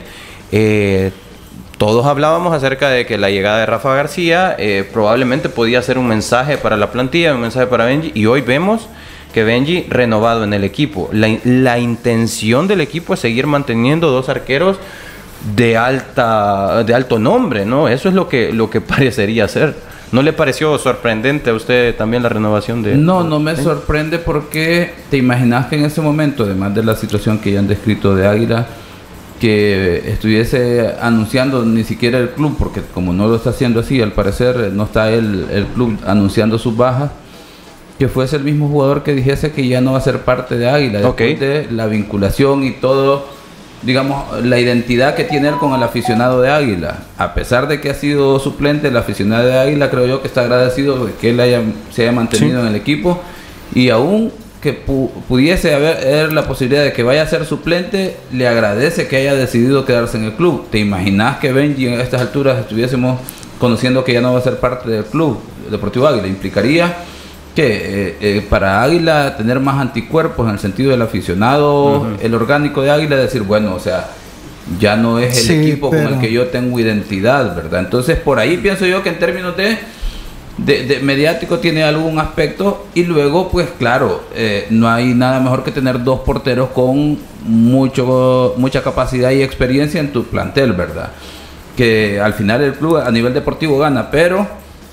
todos hablábamos acerca de que la llegada de Rafa García probablemente podía ser un mensaje para la plantilla, un mensaje para Benji, y hoy vemos que Benji renovado en el equipo. La intención del equipo es seguir manteniendo dos arqueros de alto nombre, ¿no? Eso es lo que parecería ser. ¿No le pareció sorprendente a usted también la renovación de...? No me sorprende, porque te imaginas que en ese momento, además de la situación que ya han descrito de Águila, que estuviese anunciando ni siquiera el club, porque como no lo está haciendo así, al parecer no está el club anunciando sus bajas, que fuese el mismo jugador que dijese que ya no va a ser parte de Águila, después de la vinculación y todo, digamos, la identidad que tiene él con el aficionado de Águila. A pesar de que ha sido suplente, el aficionado de Águila creo yo que está agradecido de que él se haya mantenido en el equipo, y aún que pudiese haber la posibilidad de que vaya a ser suplente, le agradece que haya decidido quedarse en el club. ¿Te imaginas que Benji en estas alturas estuviésemos conociendo que ya no va a ser parte del club Deportivo Águila? Implicaría que para Águila tener más anticuerpos en el sentido del aficionado, el orgánico de Águila, decir, bueno, o sea, ya no es el equipo con el que yo tengo identidad, ¿verdad? Entonces, por ahí pienso yo que en términos de mediático tiene algún aspecto, y luego, pues claro, no hay nada mejor que tener dos porteros con mucha capacidad y experiencia en tu plantel, ¿verdad? Que al final el club a nivel deportivo gana, pero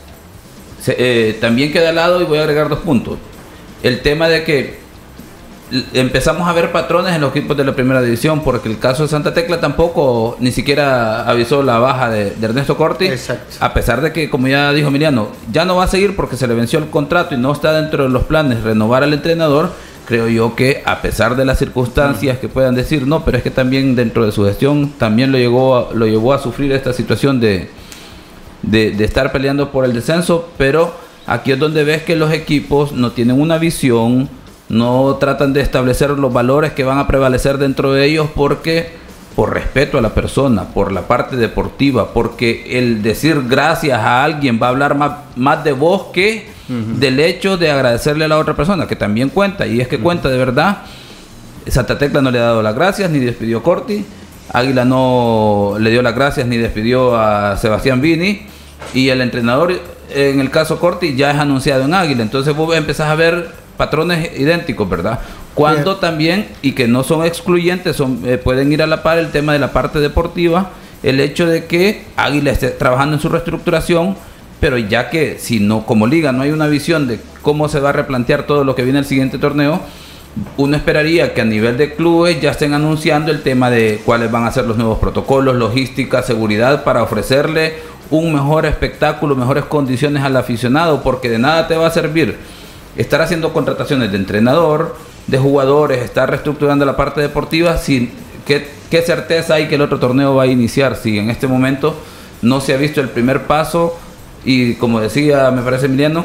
también queda al lado, y voy a agregar 2 puntos. El tema de que empezamos a ver patrones en los equipos de la primera división, porque el caso de Santa Tecla tampoco ni siquiera avisó la baja de Ernesto Corti. Exacto. A pesar de que, como ya dijo Emiliano, ya no va a seguir porque se le venció el contrato y no está dentro de los planes renovar al entrenador. Creo yo que, a pesar de las circunstancias que puedan decir, no, pero es que también dentro de su gestión también lo llevó a sufrir esta situación de estar peleando por el descenso. Pero aquí es donde ves que los equipos no tienen una visión, no tratan de establecer los valores que van a prevalecer dentro de ellos, porque por respeto a la persona, por la parte deportiva, porque el decir gracias a alguien va a hablar más de vos que del hecho de agradecerle a la otra persona, que también cuenta, y es que cuenta de verdad. Santa Tecla no le ha dado las gracias ni despidió a Corti, Águila no le dio las gracias ni despidió a Sebastián Vini, y el entrenador, en el caso Corti, ya es anunciado en Águila. Entonces vos empezás a ver patrones idénticos, ¿verdad? Cuando también, y que no son excluyentes, pueden ir a la par el tema de la parte deportiva, el hecho de que Águila esté trabajando en su reestructuración, pero ya que si no, como liga, no hay una visión de cómo se va a replantear todo lo que viene el siguiente torneo, uno esperaría que a nivel de clubes ya estén anunciando el tema de cuáles van a ser los nuevos protocolos, logística, seguridad, para ofrecerle un mejor espectáculo, mejores condiciones al aficionado, porque de nada te va a servir estar haciendo contrataciones de entrenador, de jugadores, estar reestructurando la parte deportiva, sin qué certeza hay que el otro torneo va a iniciar, si en este momento no se ha visto el primer paso. Y como decía, me parece, Emiliano,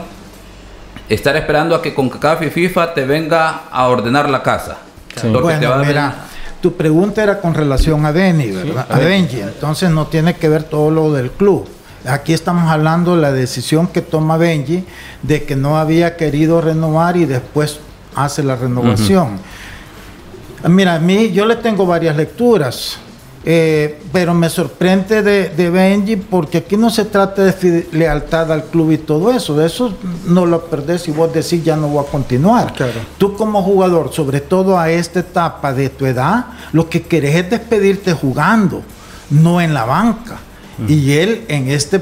estar esperando a que CONCACAF y FIFA te venga a ordenar la casa. Sí. Bueno, mira, tu pregunta era con relación a Benny, ¿verdad? Sí, a Benji. Entonces no tiene que ver todo lo del club. Aquí estamos hablando de la decisión que toma Benji de que no había querido renovar y después hace la renovación. Mira, a mí yo le tengo varias lecturas. Pero me sorprende de Benji, porque aquí no se trata de lealtad al club y todo eso. De eso no lo perdés si vos decís ya no voy a continuar. Claro. Tú como jugador, sobre todo a esta etapa de tu edad, lo que querés es despedirte jugando, no en la banca. Y él en este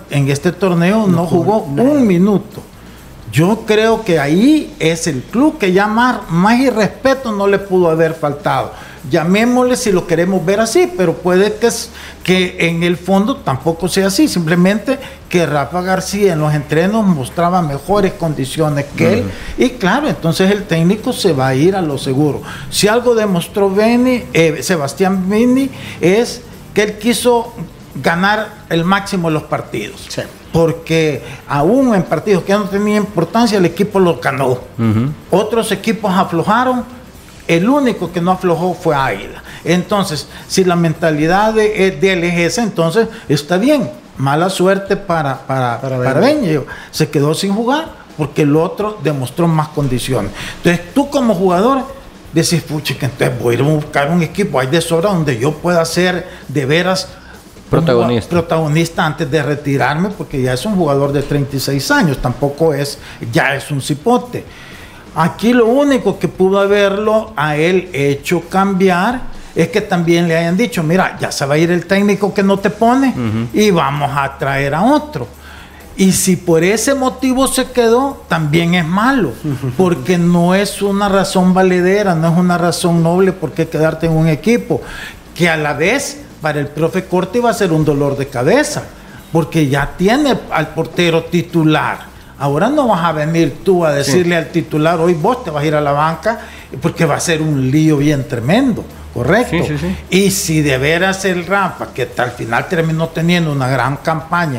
torneo no jugó un minuto. Yo creo que ahí es el club que ya más irrespeto no le pudo haber faltado. Llamémosle si lo queremos ver así, pero puede que en el fondo tampoco sea así. Simplemente que Rafa García en los entrenos mostraba mejores condiciones que él. Y claro, entonces el técnico se va a ir a lo seguro. Si algo demostró Sebastián Vini, es que él quiso ganar el máximo de los partidos. Sí. Porque aún en partidos que no tenían importancia, el equipo los ganó. Otros equipos aflojaron. El único que no aflojó fue Águila. Entonces, si la mentalidad de él es esa, entonces está bien. Mala suerte para Benji. Se quedó sin jugar porque el otro demostró más condiciones. Entonces, tú como jugador decís, pucha, que entonces voy a ir a buscar un equipo ahí de sobra donde yo pueda ser de veras protagonista antes de retirarme, porque ya es un jugador de 36 años, tampoco ya es un cipote. Aquí lo único que pudo haberlo a él hecho cambiar es que también le hayan dicho, mira, ya se va a ir el técnico que no te pone y vamos a traer a otro. Y si por ese motivo se quedó, también es malo, porque no es una razón valedera, no es una razón noble por qué quedarte en un equipo, que a la vez para el profe Corti va a ser un dolor de cabeza, porque ya tiene al portero titular. Ahora no vas a venir tú a decirle al titular, hoy vos te vas a ir a la banca, porque va a ser un lío bien tremendo, ¿correcto? Sí. Y si de veras el Rafa, que al final terminó teniendo una gran campaña,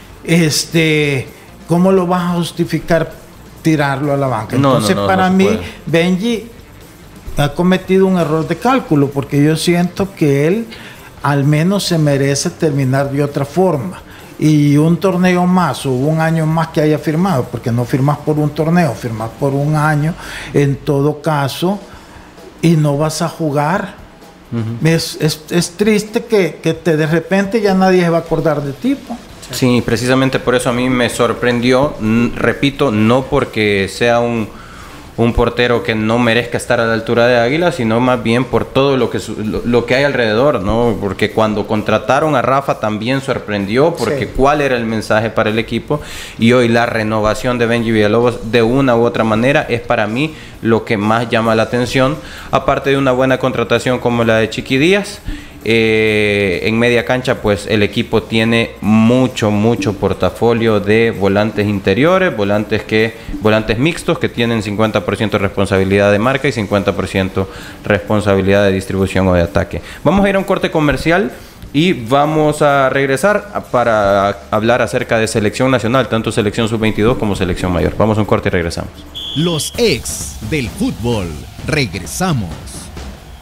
¿cómo lo vas a justificar tirarlo a la banca? Entonces, para mí, Benji ha cometido un error de cálculo, porque yo siento que él al menos se merece terminar de otra forma. Y un torneo más o un año más que haya firmado, porque no firmas por un torneo, firmas por un año en todo caso, y no vas a jugar. Es triste que de repente ya nadie se va a acordar de ti. Sí, precisamente por eso a mí me sorprendió, repito, no porque sea un portero que no merezca estar a la altura de Águila, sino más bien por todo lo que hay alrededor, ¿no? Porque cuando contrataron a Rafa también sorprendió, porque cuál era el mensaje para el equipo, y hoy la renovación de Benji Villalobos de una u otra manera es para mí lo que más llama la atención, aparte de una buena contratación como la de Chiqui Díaz. En media cancha, pues el equipo tiene mucho portafolio de volantes interiores, volantes mixtos que tienen 50% de responsabilidad de marca y 50% responsabilidad de distribución o de ataque. Vamos a ir a un corte comercial y vamos a regresar para hablar acerca de selección nacional, tanto selección sub-22 como selección mayor. Vamos a un corte y regresamos. Los ex del fútbol. Regresamos.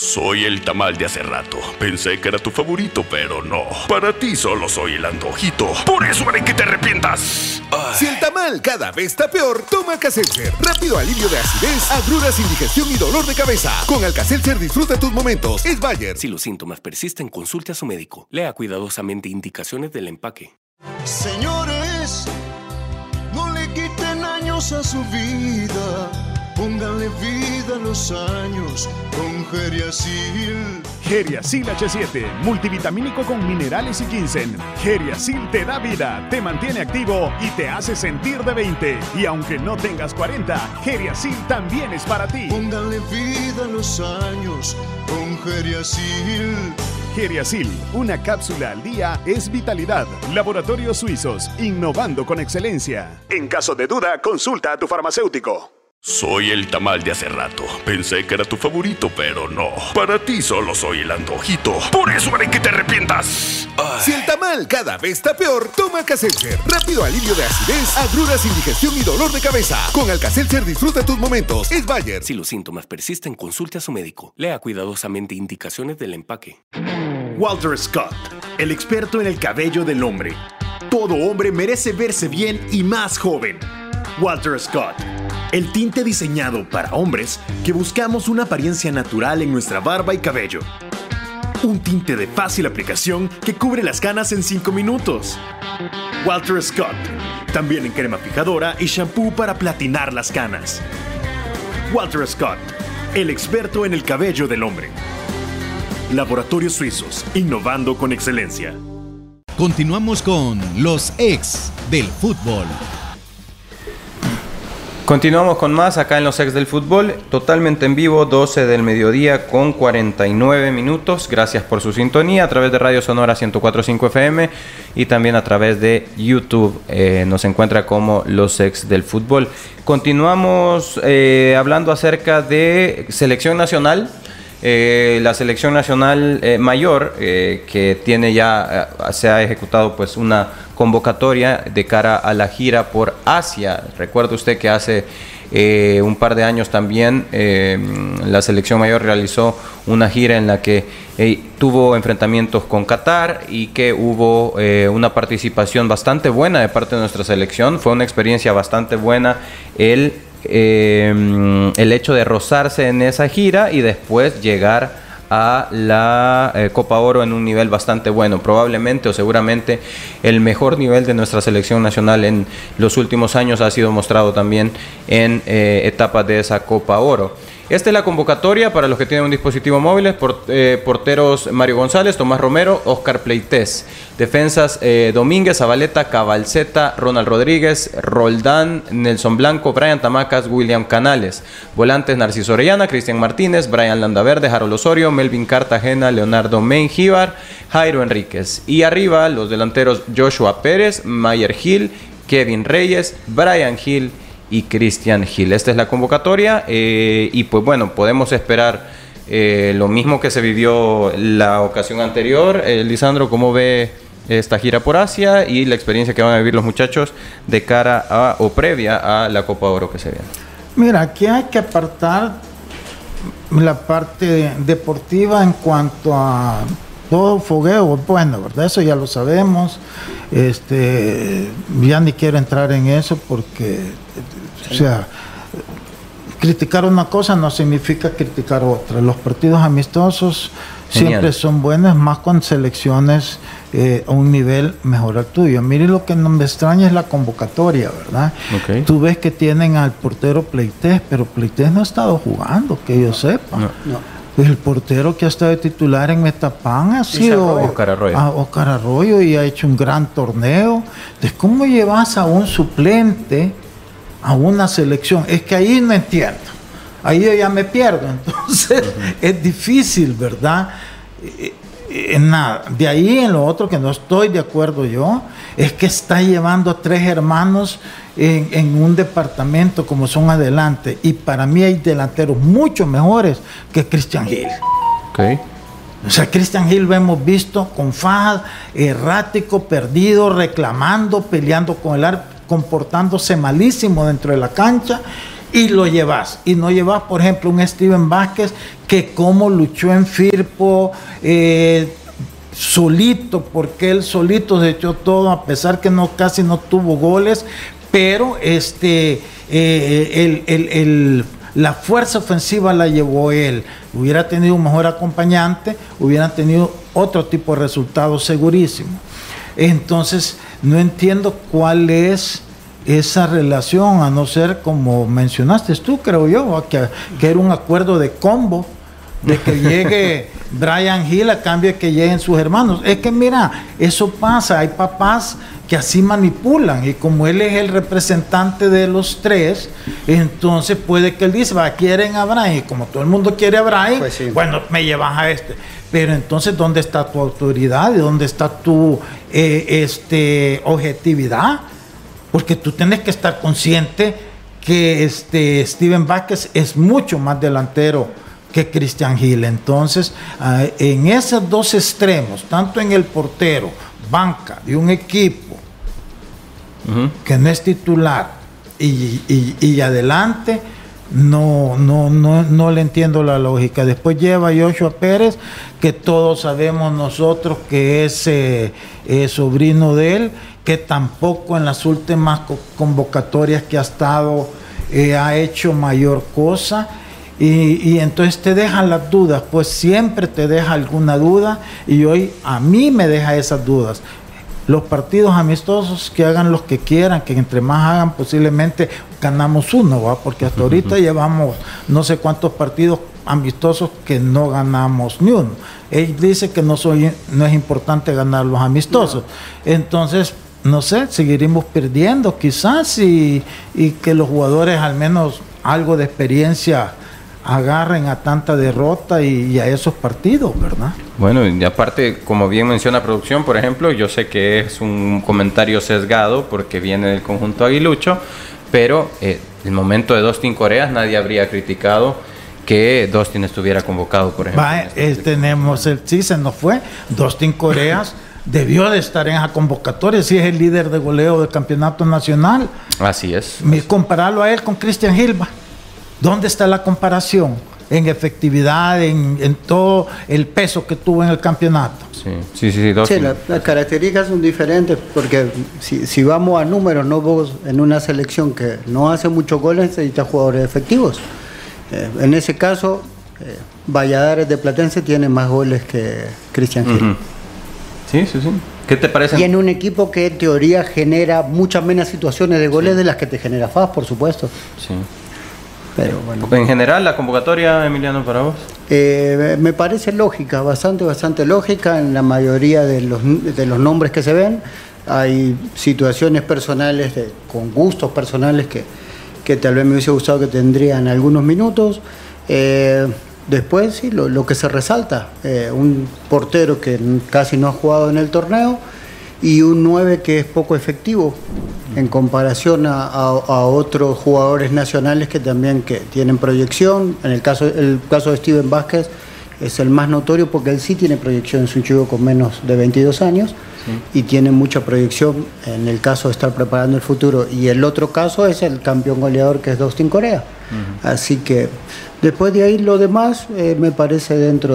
Soy el tamal de hace rato. Pensé que era tu favorito, pero no. Para ti solo soy el antojito. Por eso haré que te arrepientas. Si el tamal cada vez está peor, toma Alka-Seltzer. Rápido alivio de acidez, agruras, indigestión y dolor de cabeza. Con Alka-Seltzer disfruta tus momentos. Es Bayer. Si los síntomas persisten, consulte a su médico. Lea cuidadosamente indicaciones del empaque. Señores, no le quiten años a su vida. Pónganle vida a los años con Geriasil. Geriasil H7, multivitamínico con minerales y ginseng. Geriasil te da vida, te mantiene activo y te hace sentir de 20. Y aunque no tengas 40, Geriasil también es para ti. Pónganle vida a los años con Geriasil. Geriasil, una cápsula al día es vitalidad. Laboratorios Suizos, innovando con excelencia. En caso de duda, consulta a tu farmacéutico. Soy el tamal de hace rato. Pensé que era tu favorito, pero no. Para ti solo soy el antojito. Por eso haré que te arrepientas. Si el tamal cada vez está peor, toma Alka-Seltzer. Rápido alivio de acidez, agruras, indigestión y dolor de cabeza. Con Alka-Seltzer disfruta tus momentos. Es Bayer. Si los síntomas persisten, consulte a su médico. Lea cuidadosamente indicaciones del empaque. Walter Scott, el experto en el cabello del hombre. Todo hombre merece verse bien y más joven. Walter Scott, el tinte diseñado para hombres que buscamos una apariencia natural en nuestra barba y cabello. Un tinte de fácil aplicación que cubre las canas en 5 minutos. Walter Scott, también en crema fijadora y shampoo para platinar las canas. Walter Scott, el experto en el cabello del hombre. Laboratorios Suizos, innovando con excelencia. Continuamos con los ex del fútbol. Continuamos con más acá en los ex del fútbol, totalmente en vivo, 12 del mediodía con 49 minutos. Gracias por su sintonía a través de Radio Sonora 104.5 FM y también a través de YouTube. Nos encuentra como los ex del fútbol. Continuamos hablando acerca de selección nacional. La selección nacional mayor que tiene ya, se ha ejecutado pues una convocatoria de cara a la gira por Asia. Recuerda usted que hace un par de años también la selección mayor realizó una gira en la que tuvo enfrentamientos con Qatar y que hubo una participación bastante buena de parte de nuestra selección. Fue una experiencia bastante buena el hecho de rozarse en esa gira y después llegar a la Copa Oro en un nivel bastante bueno, probablemente o seguramente el mejor nivel de nuestra selección nacional en los últimos años ha sido mostrado también en etapas de esa Copa Oro. Esta es la convocatoria para los que tienen un dispositivo móvil. Porteros Mario González, Tomás Romero, Oscar Pleités. Defensas Domínguez, Zabaleta, Cabalceta, Ronald Rodríguez, Roldán, Nelson Blanco, Brian Tamacas, William Canales. Volantes Narciso Orellana, Cristian Martínez, Brian Landaverde, Harold Osorio, Melvin Cartagena, Leonardo Mengíbar, Jairo Enríquez. Y arriba los delanteros Joshua Pérez, Mayer Gil, Kevin Reyes, Brian Gil y Cristian Gil. Esta es la convocatoria y pues bueno, podemos esperar lo mismo que se vivió la ocasión anterior. Lisandro, ¿cómo ve esta gira por Asia y la experiencia que van a vivir los muchachos de cara a o previa a la Copa Oro que se viene? Mira, aquí hay que apartar la parte deportiva en cuanto a todo fogueo, bueno, ¿verdad? Eso ya lo sabemos. Ya ni quiero entrar en eso porque, o sea, criticar una cosa no significa criticar otra. Los partidos amistosos siempre son buenos, más con selecciones a un nivel mejor al tuyo. Mire, lo que no me extraña es la convocatoria, ¿verdad? Okay. Tú ves que tienen al portero Pleités, pero Pleités no ha estado jugando, que yo sepa. No. El portero que ha estado de titular en Metapan ha sido Oscar Arroyo y ha hecho un gran torneo. Entonces, ¿cómo llevas a un suplente a una selección? Es que ahí no entiendo. Ahí yo ya me pierdo. Entonces, es difícil, ¿verdad? Nada. De ahí en lo otro que no estoy de acuerdo yo, es que está llevando a 3 hermanos en un departamento como son adelante. Y para mí hay delanteros mucho mejores que Cristian Gil. Okay. O sea, Cristian Gil lo hemos visto con fajas, errático, perdido, reclamando, peleando con el árbitro, comportándose malísimo dentro de la cancha. y lo llevas. Y no llevas, por ejemplo, un Steven Vázquez que como luchó en Firpo, solito, porque él solito se echó todo, a pesar que casi no tuvo goles, pero la fuerza ofensiva la llevó él. Hubiera tenido un mejor acompañante, hubieran tenido otro tipo de resultados segurísimo. Entonces, no entiendo cuál es esa relación, a no ser como mencionaste tú, creo yo, que era un acuerdo de combo, de que llegue Brian Hill a cambio de que lleguen sus hermanos. Es que mira, eso pasa, hay papás que así manipulan, y como él es el representante de los tres, entonces puede que él dice, quieren a Brian, y como todo el mundo quiere a Brian, pues sí, bueno, me llevas a este. Pero entonces, ¿dónde está tu autoridad? ¿Dónde está tu objetividad? Porque tú tienes que estar consciente que Steven Vázquez es mucho más delantero que Christian Hill. Entonces, en esos dos extremos, tanto en el portero, banca de un equipo que no es titular y adelante, no le entiendo la lógica. Después lleva a Joshua Pérez, que todos sabemos nosotros que es sobrino de él, que tampoco en las últimas convocatorias que ha estado ha hecho mayor cosa. Y entonces te dejan las dudas, pues siempre te deja alguna duda, y hoy a mí me deja esas dudas. Los partidos amistosos, que hagan los que quieran, que entre más hagan posiblemente ganamos uno, ¿va? Porque hasta ahorita llevamos no sé cuántos partidos amistosos que no ganamos ni uno. Él dice que no es importante ganar los amistosos. Entonces, no sé, seguiremos perdiendo quizás, y que los jugadores al menos algo de experiencia agarren a tanta derrota y a esos partidos, ¿verdad? Bueno, y aparte, como bien menciona producción, por ejemplo, yo sé que es un comentario sesgado porque viene del conjunto aguilucho, pero el momento de Dustin Coreas nadie habría criticado que Dustin estuviera convocado, por ejemplo. Sí, se nos fue. Dustin Coreas debió de estar en esa convocatoria, si es el líder de goleo del campeonato nacional. Así es. Compararlo a él con Christian Hilba. ¿Dónde está la comparación? En efectividad, en todo el peso que tuvo en el campeonato. Sí, las características son diferentes, porque si vamos a números, no vos en una selección que no hace muchos goles, necesita jugadores efectivos. En ese caso, Valladares de Platense tiene más goles que Christian Hill. Sí. ¿Qué te parece? Y en un equipo que en teoría genera muchas menos situaciones de goles de las que te genera FAS, por supuesto. Sí. Pero bueno. En general, la convocatoria, Emiliano, para vos. Me parece lógica, bastante lógica en la mayoría de los nombres que se ven. Hay situaciones personales, con gustos personales que tal vez me hubiese gustado que tendrían algunos minutos. Después, sí, lo que se resalta, un portero que casi no ha jugado en el torneo y un 9 que es poco efectivo en comparación a otros jugadores nacionales que también tienen proyección. El caso de Steven Vázquez es el más notorio porque él sí tiene proyección, es un chico con menos de 22 años y tiene mucha proyección en el caso de estar preparando el futuro. Y el otro caso es el campeón goleador, que es Dustin Corea. Así que después de ahí lo demás me parece dentro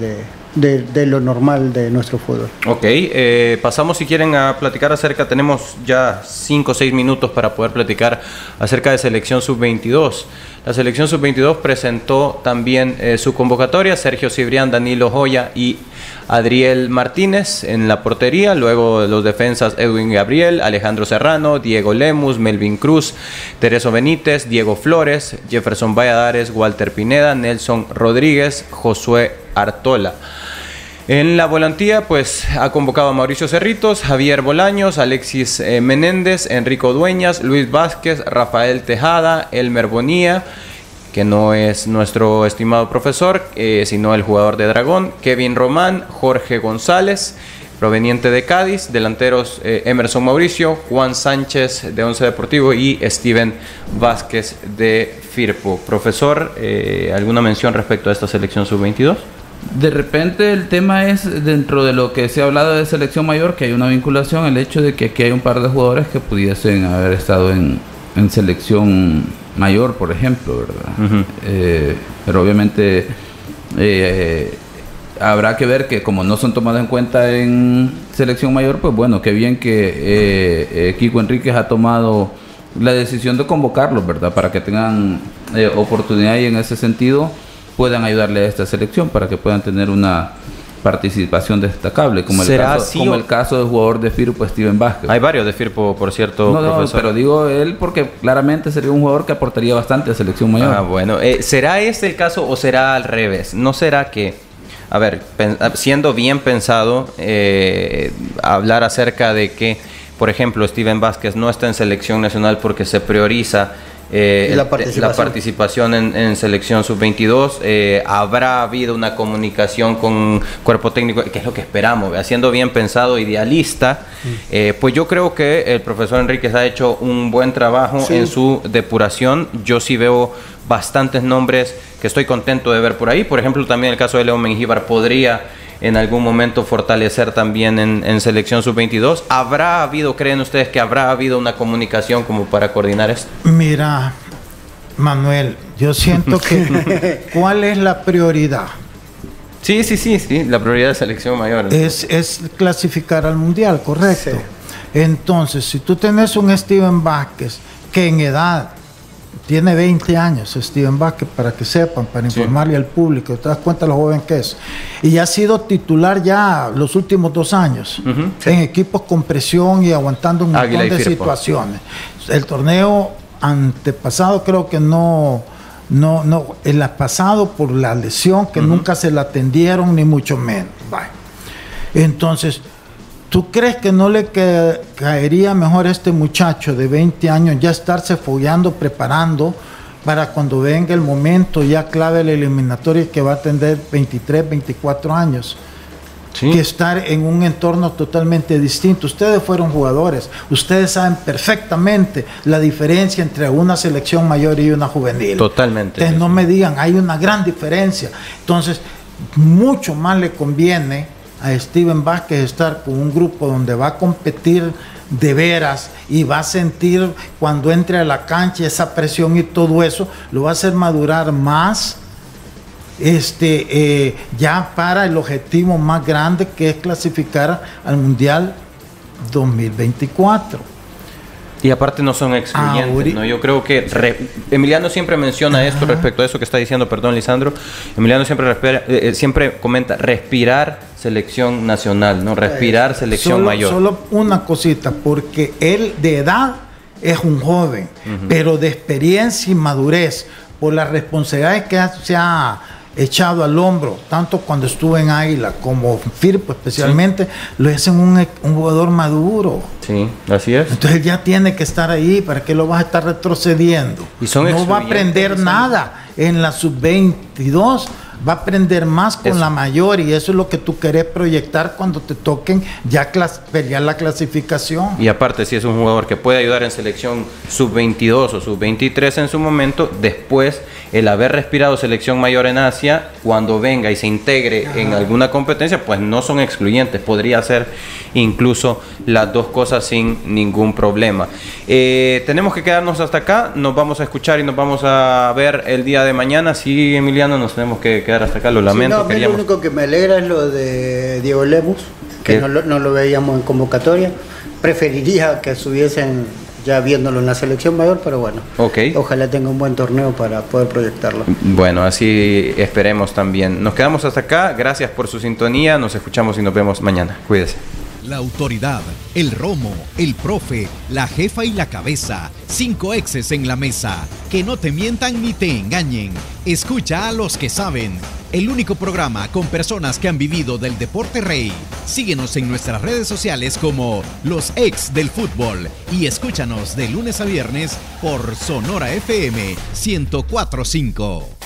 de lo normal de nuestro fútbol. Ok, pasamos si quieren a platicar tenemos ya 5 o 6 minutos para poder platicar acerca de selección sub-22. La selección sub-22 presentó también su convocatoria: Sergio Cibrián, Danilo Joya y Adriel Martínez en la portería, luego los defensas Edwin Gabriel, Alejandro Serrano, Diego Lemus, Melvin Cruz, Tereso Benítez, Diego Flores, Jefferson Valladares, Walter Pineda, Nelson Rodríguez, Josué Artola. En la volantía, pues ha convocado a Mauricio Cerritos, Javier Bolaños, Alexis Menéndez, Enrico Dueñas, Luis Vázquez, Rafael Tejada, Elmer Bonilla, que no es nuestro estimado profesor, sino el jugador de Dragón, Kevin Román, Jorge González, proveniente de Cádiz, delanteros Emerson Mauricio, Juan Sánchez de Once Deportivo y Steven Vázquez de Firpo. Profesor, ¿alguna mención respecto a esta selección sub-22? De repente el tema es, dentro de lo que se ha hablado de selección mayor, que hay una vinculación, el hecho de que aquí hay un par de jugadores que pudiesen haber estado en selección mayor, por ejemplo, ¿verdad? Pero obviamente habrá que ver que como no son tomados en cuenta en selección mayor, pues bueno, qué bien que Kiko Enríquez ha tomado la decisión de convocarlos, ¿verdad? Para que tengan oportunidad y en ese sentido puedan ayudarle a esta selección para que puedan tener una participación destacable, como el caso del jugador de Firpo, Steven Vázquez. Hay varios de Firpo, por cierto, profesor. Pero digo él porque claramente sería un jugador que aportaría bastante a selección mayor. Bueno, ¿será este el caso o será al revés? ¿No será que, a ver, siendo bien pensado, hablar acerca de que, por ejemplo, Steven Vázquez no está en selección nacional porque se prioriza la participación en selección sub-22, habrá habido una comunicación con cuerpo técnico, que es lo que esperamos, siendo bien pensado, idealista, pues yo creo que el profesor Enríquez ha hecho un buen trabajo en su depuración. Yo sí veo bastantes nombres que estoy contento de ver por ahí. Por ejemplo, también el caso de Leo Mengíbar podría en algún momento fortalecer también en selección sub-22. ¿Creen ustedes que habrá habido una comunicación como para coordinar esto? Mira, Manuel, yo siento que ¿cuál es la prioridad? Sí, la prioridad de selección mayor. Es clasificar al mundial, correcto. Sí. Entonces, si tú tenés un Steven Vázquez que en edad tiene 20 años, Steven Vázquez, para que sepan, para informarle al público, te das cuenta lo joven que es, y ha sido titular ya los últimos 2 años en equipos con presión y aguantando un montón de situaciones. El torneo antepasado creo que no, el pasado por la lesión que nunca se la atendieron ni mucho menos. Vale. Entonces, ¿tú crees que no le caería mejor a este muchacho de 20 años ya estarse fogueando, preparando para cuando venga el momento ya clave la eliminatoria que va a tener 23, 24 años? Sí. Que estar en un entorno totalmente distinto. Ustedes fueron jugadores, ustedes saben perfectamente la diferencia entre una selección mayor y una juvenil. Totalmente. Entonces no me digan, hay una gran diferencia. Entonces, mucho más le conviene a Steven Vázquez estar con un grupo donde va a competir de veras y va a sentir cuando entre a la cancha esa presión y todo eso, lo va a hacer madurar más ya para el objetivo más grande, que es clasificar al Mundial 2024. Y aparte no son excluyentes, ¿no? Yo creo que Emiliano siempre menciona esto respecto a eso que está diciendo, perdón, Lisandro. Emiliano siempre comenta respirar selección nacional, ¿no? Respirar selección mayor. Solo una cosita, porque él de edad es un joven, pero de experiencia y madurez, por las responsabilidades que se ha echado al hombro, tanto cuando estuvo en Águila como Firpo especialmente, lo hacen un jugador maduro. Sí, así es. Entonces él ya tiene que estar ahí. ¿Para qué lo vas a estar retrocediendo? No va a aprender nada en la sub-22, va a aprender más con la mayor, y eso es lo que tú querés proyectar cuando te toquen ya pelear la clasificación. Y aparte, si es un jugador que puede ayudar en selección sub-22 o sub-23 en su momento, después el haber respirado selección mayor en Asia, cuando venga y se integre en alguna competencia, pues no son excluyentes, podría hacer incluso las dos cosas sin ningún problema. Tenemos que quedarnos hasta acá, nos vamos a escuchar y nos vamos a ver el día de mañana. Sí, Emiliano, nos tenemos que quedar hasta acá, lo lamento. Lo único que me alegra es lo de Diego Lemus, que no lo veíamos en convocatoria. Preferiría que estuviesen ya viéndolo en la selección mayor, pero bueno, ojalá tenga un buen torneo para poder proyectarlo. Bueno, así esperemos también. Nos quedamos hasta acá, gracias por su sintonía, nos escuchamos y nos vemos mañana. Cuídese. La autoridad, el romo, el profe, la jefa y la cabeza. 5 exes en la mesa. Que no te mientan ni te engañen. Escucha a los que saben. El único programa con personas que han vivido del deporte rey. Síguenos en nuestras redes sociales como Los Ex del Fútbol. Y escúchanos de lunes a viernes por Sonora FM 104.5.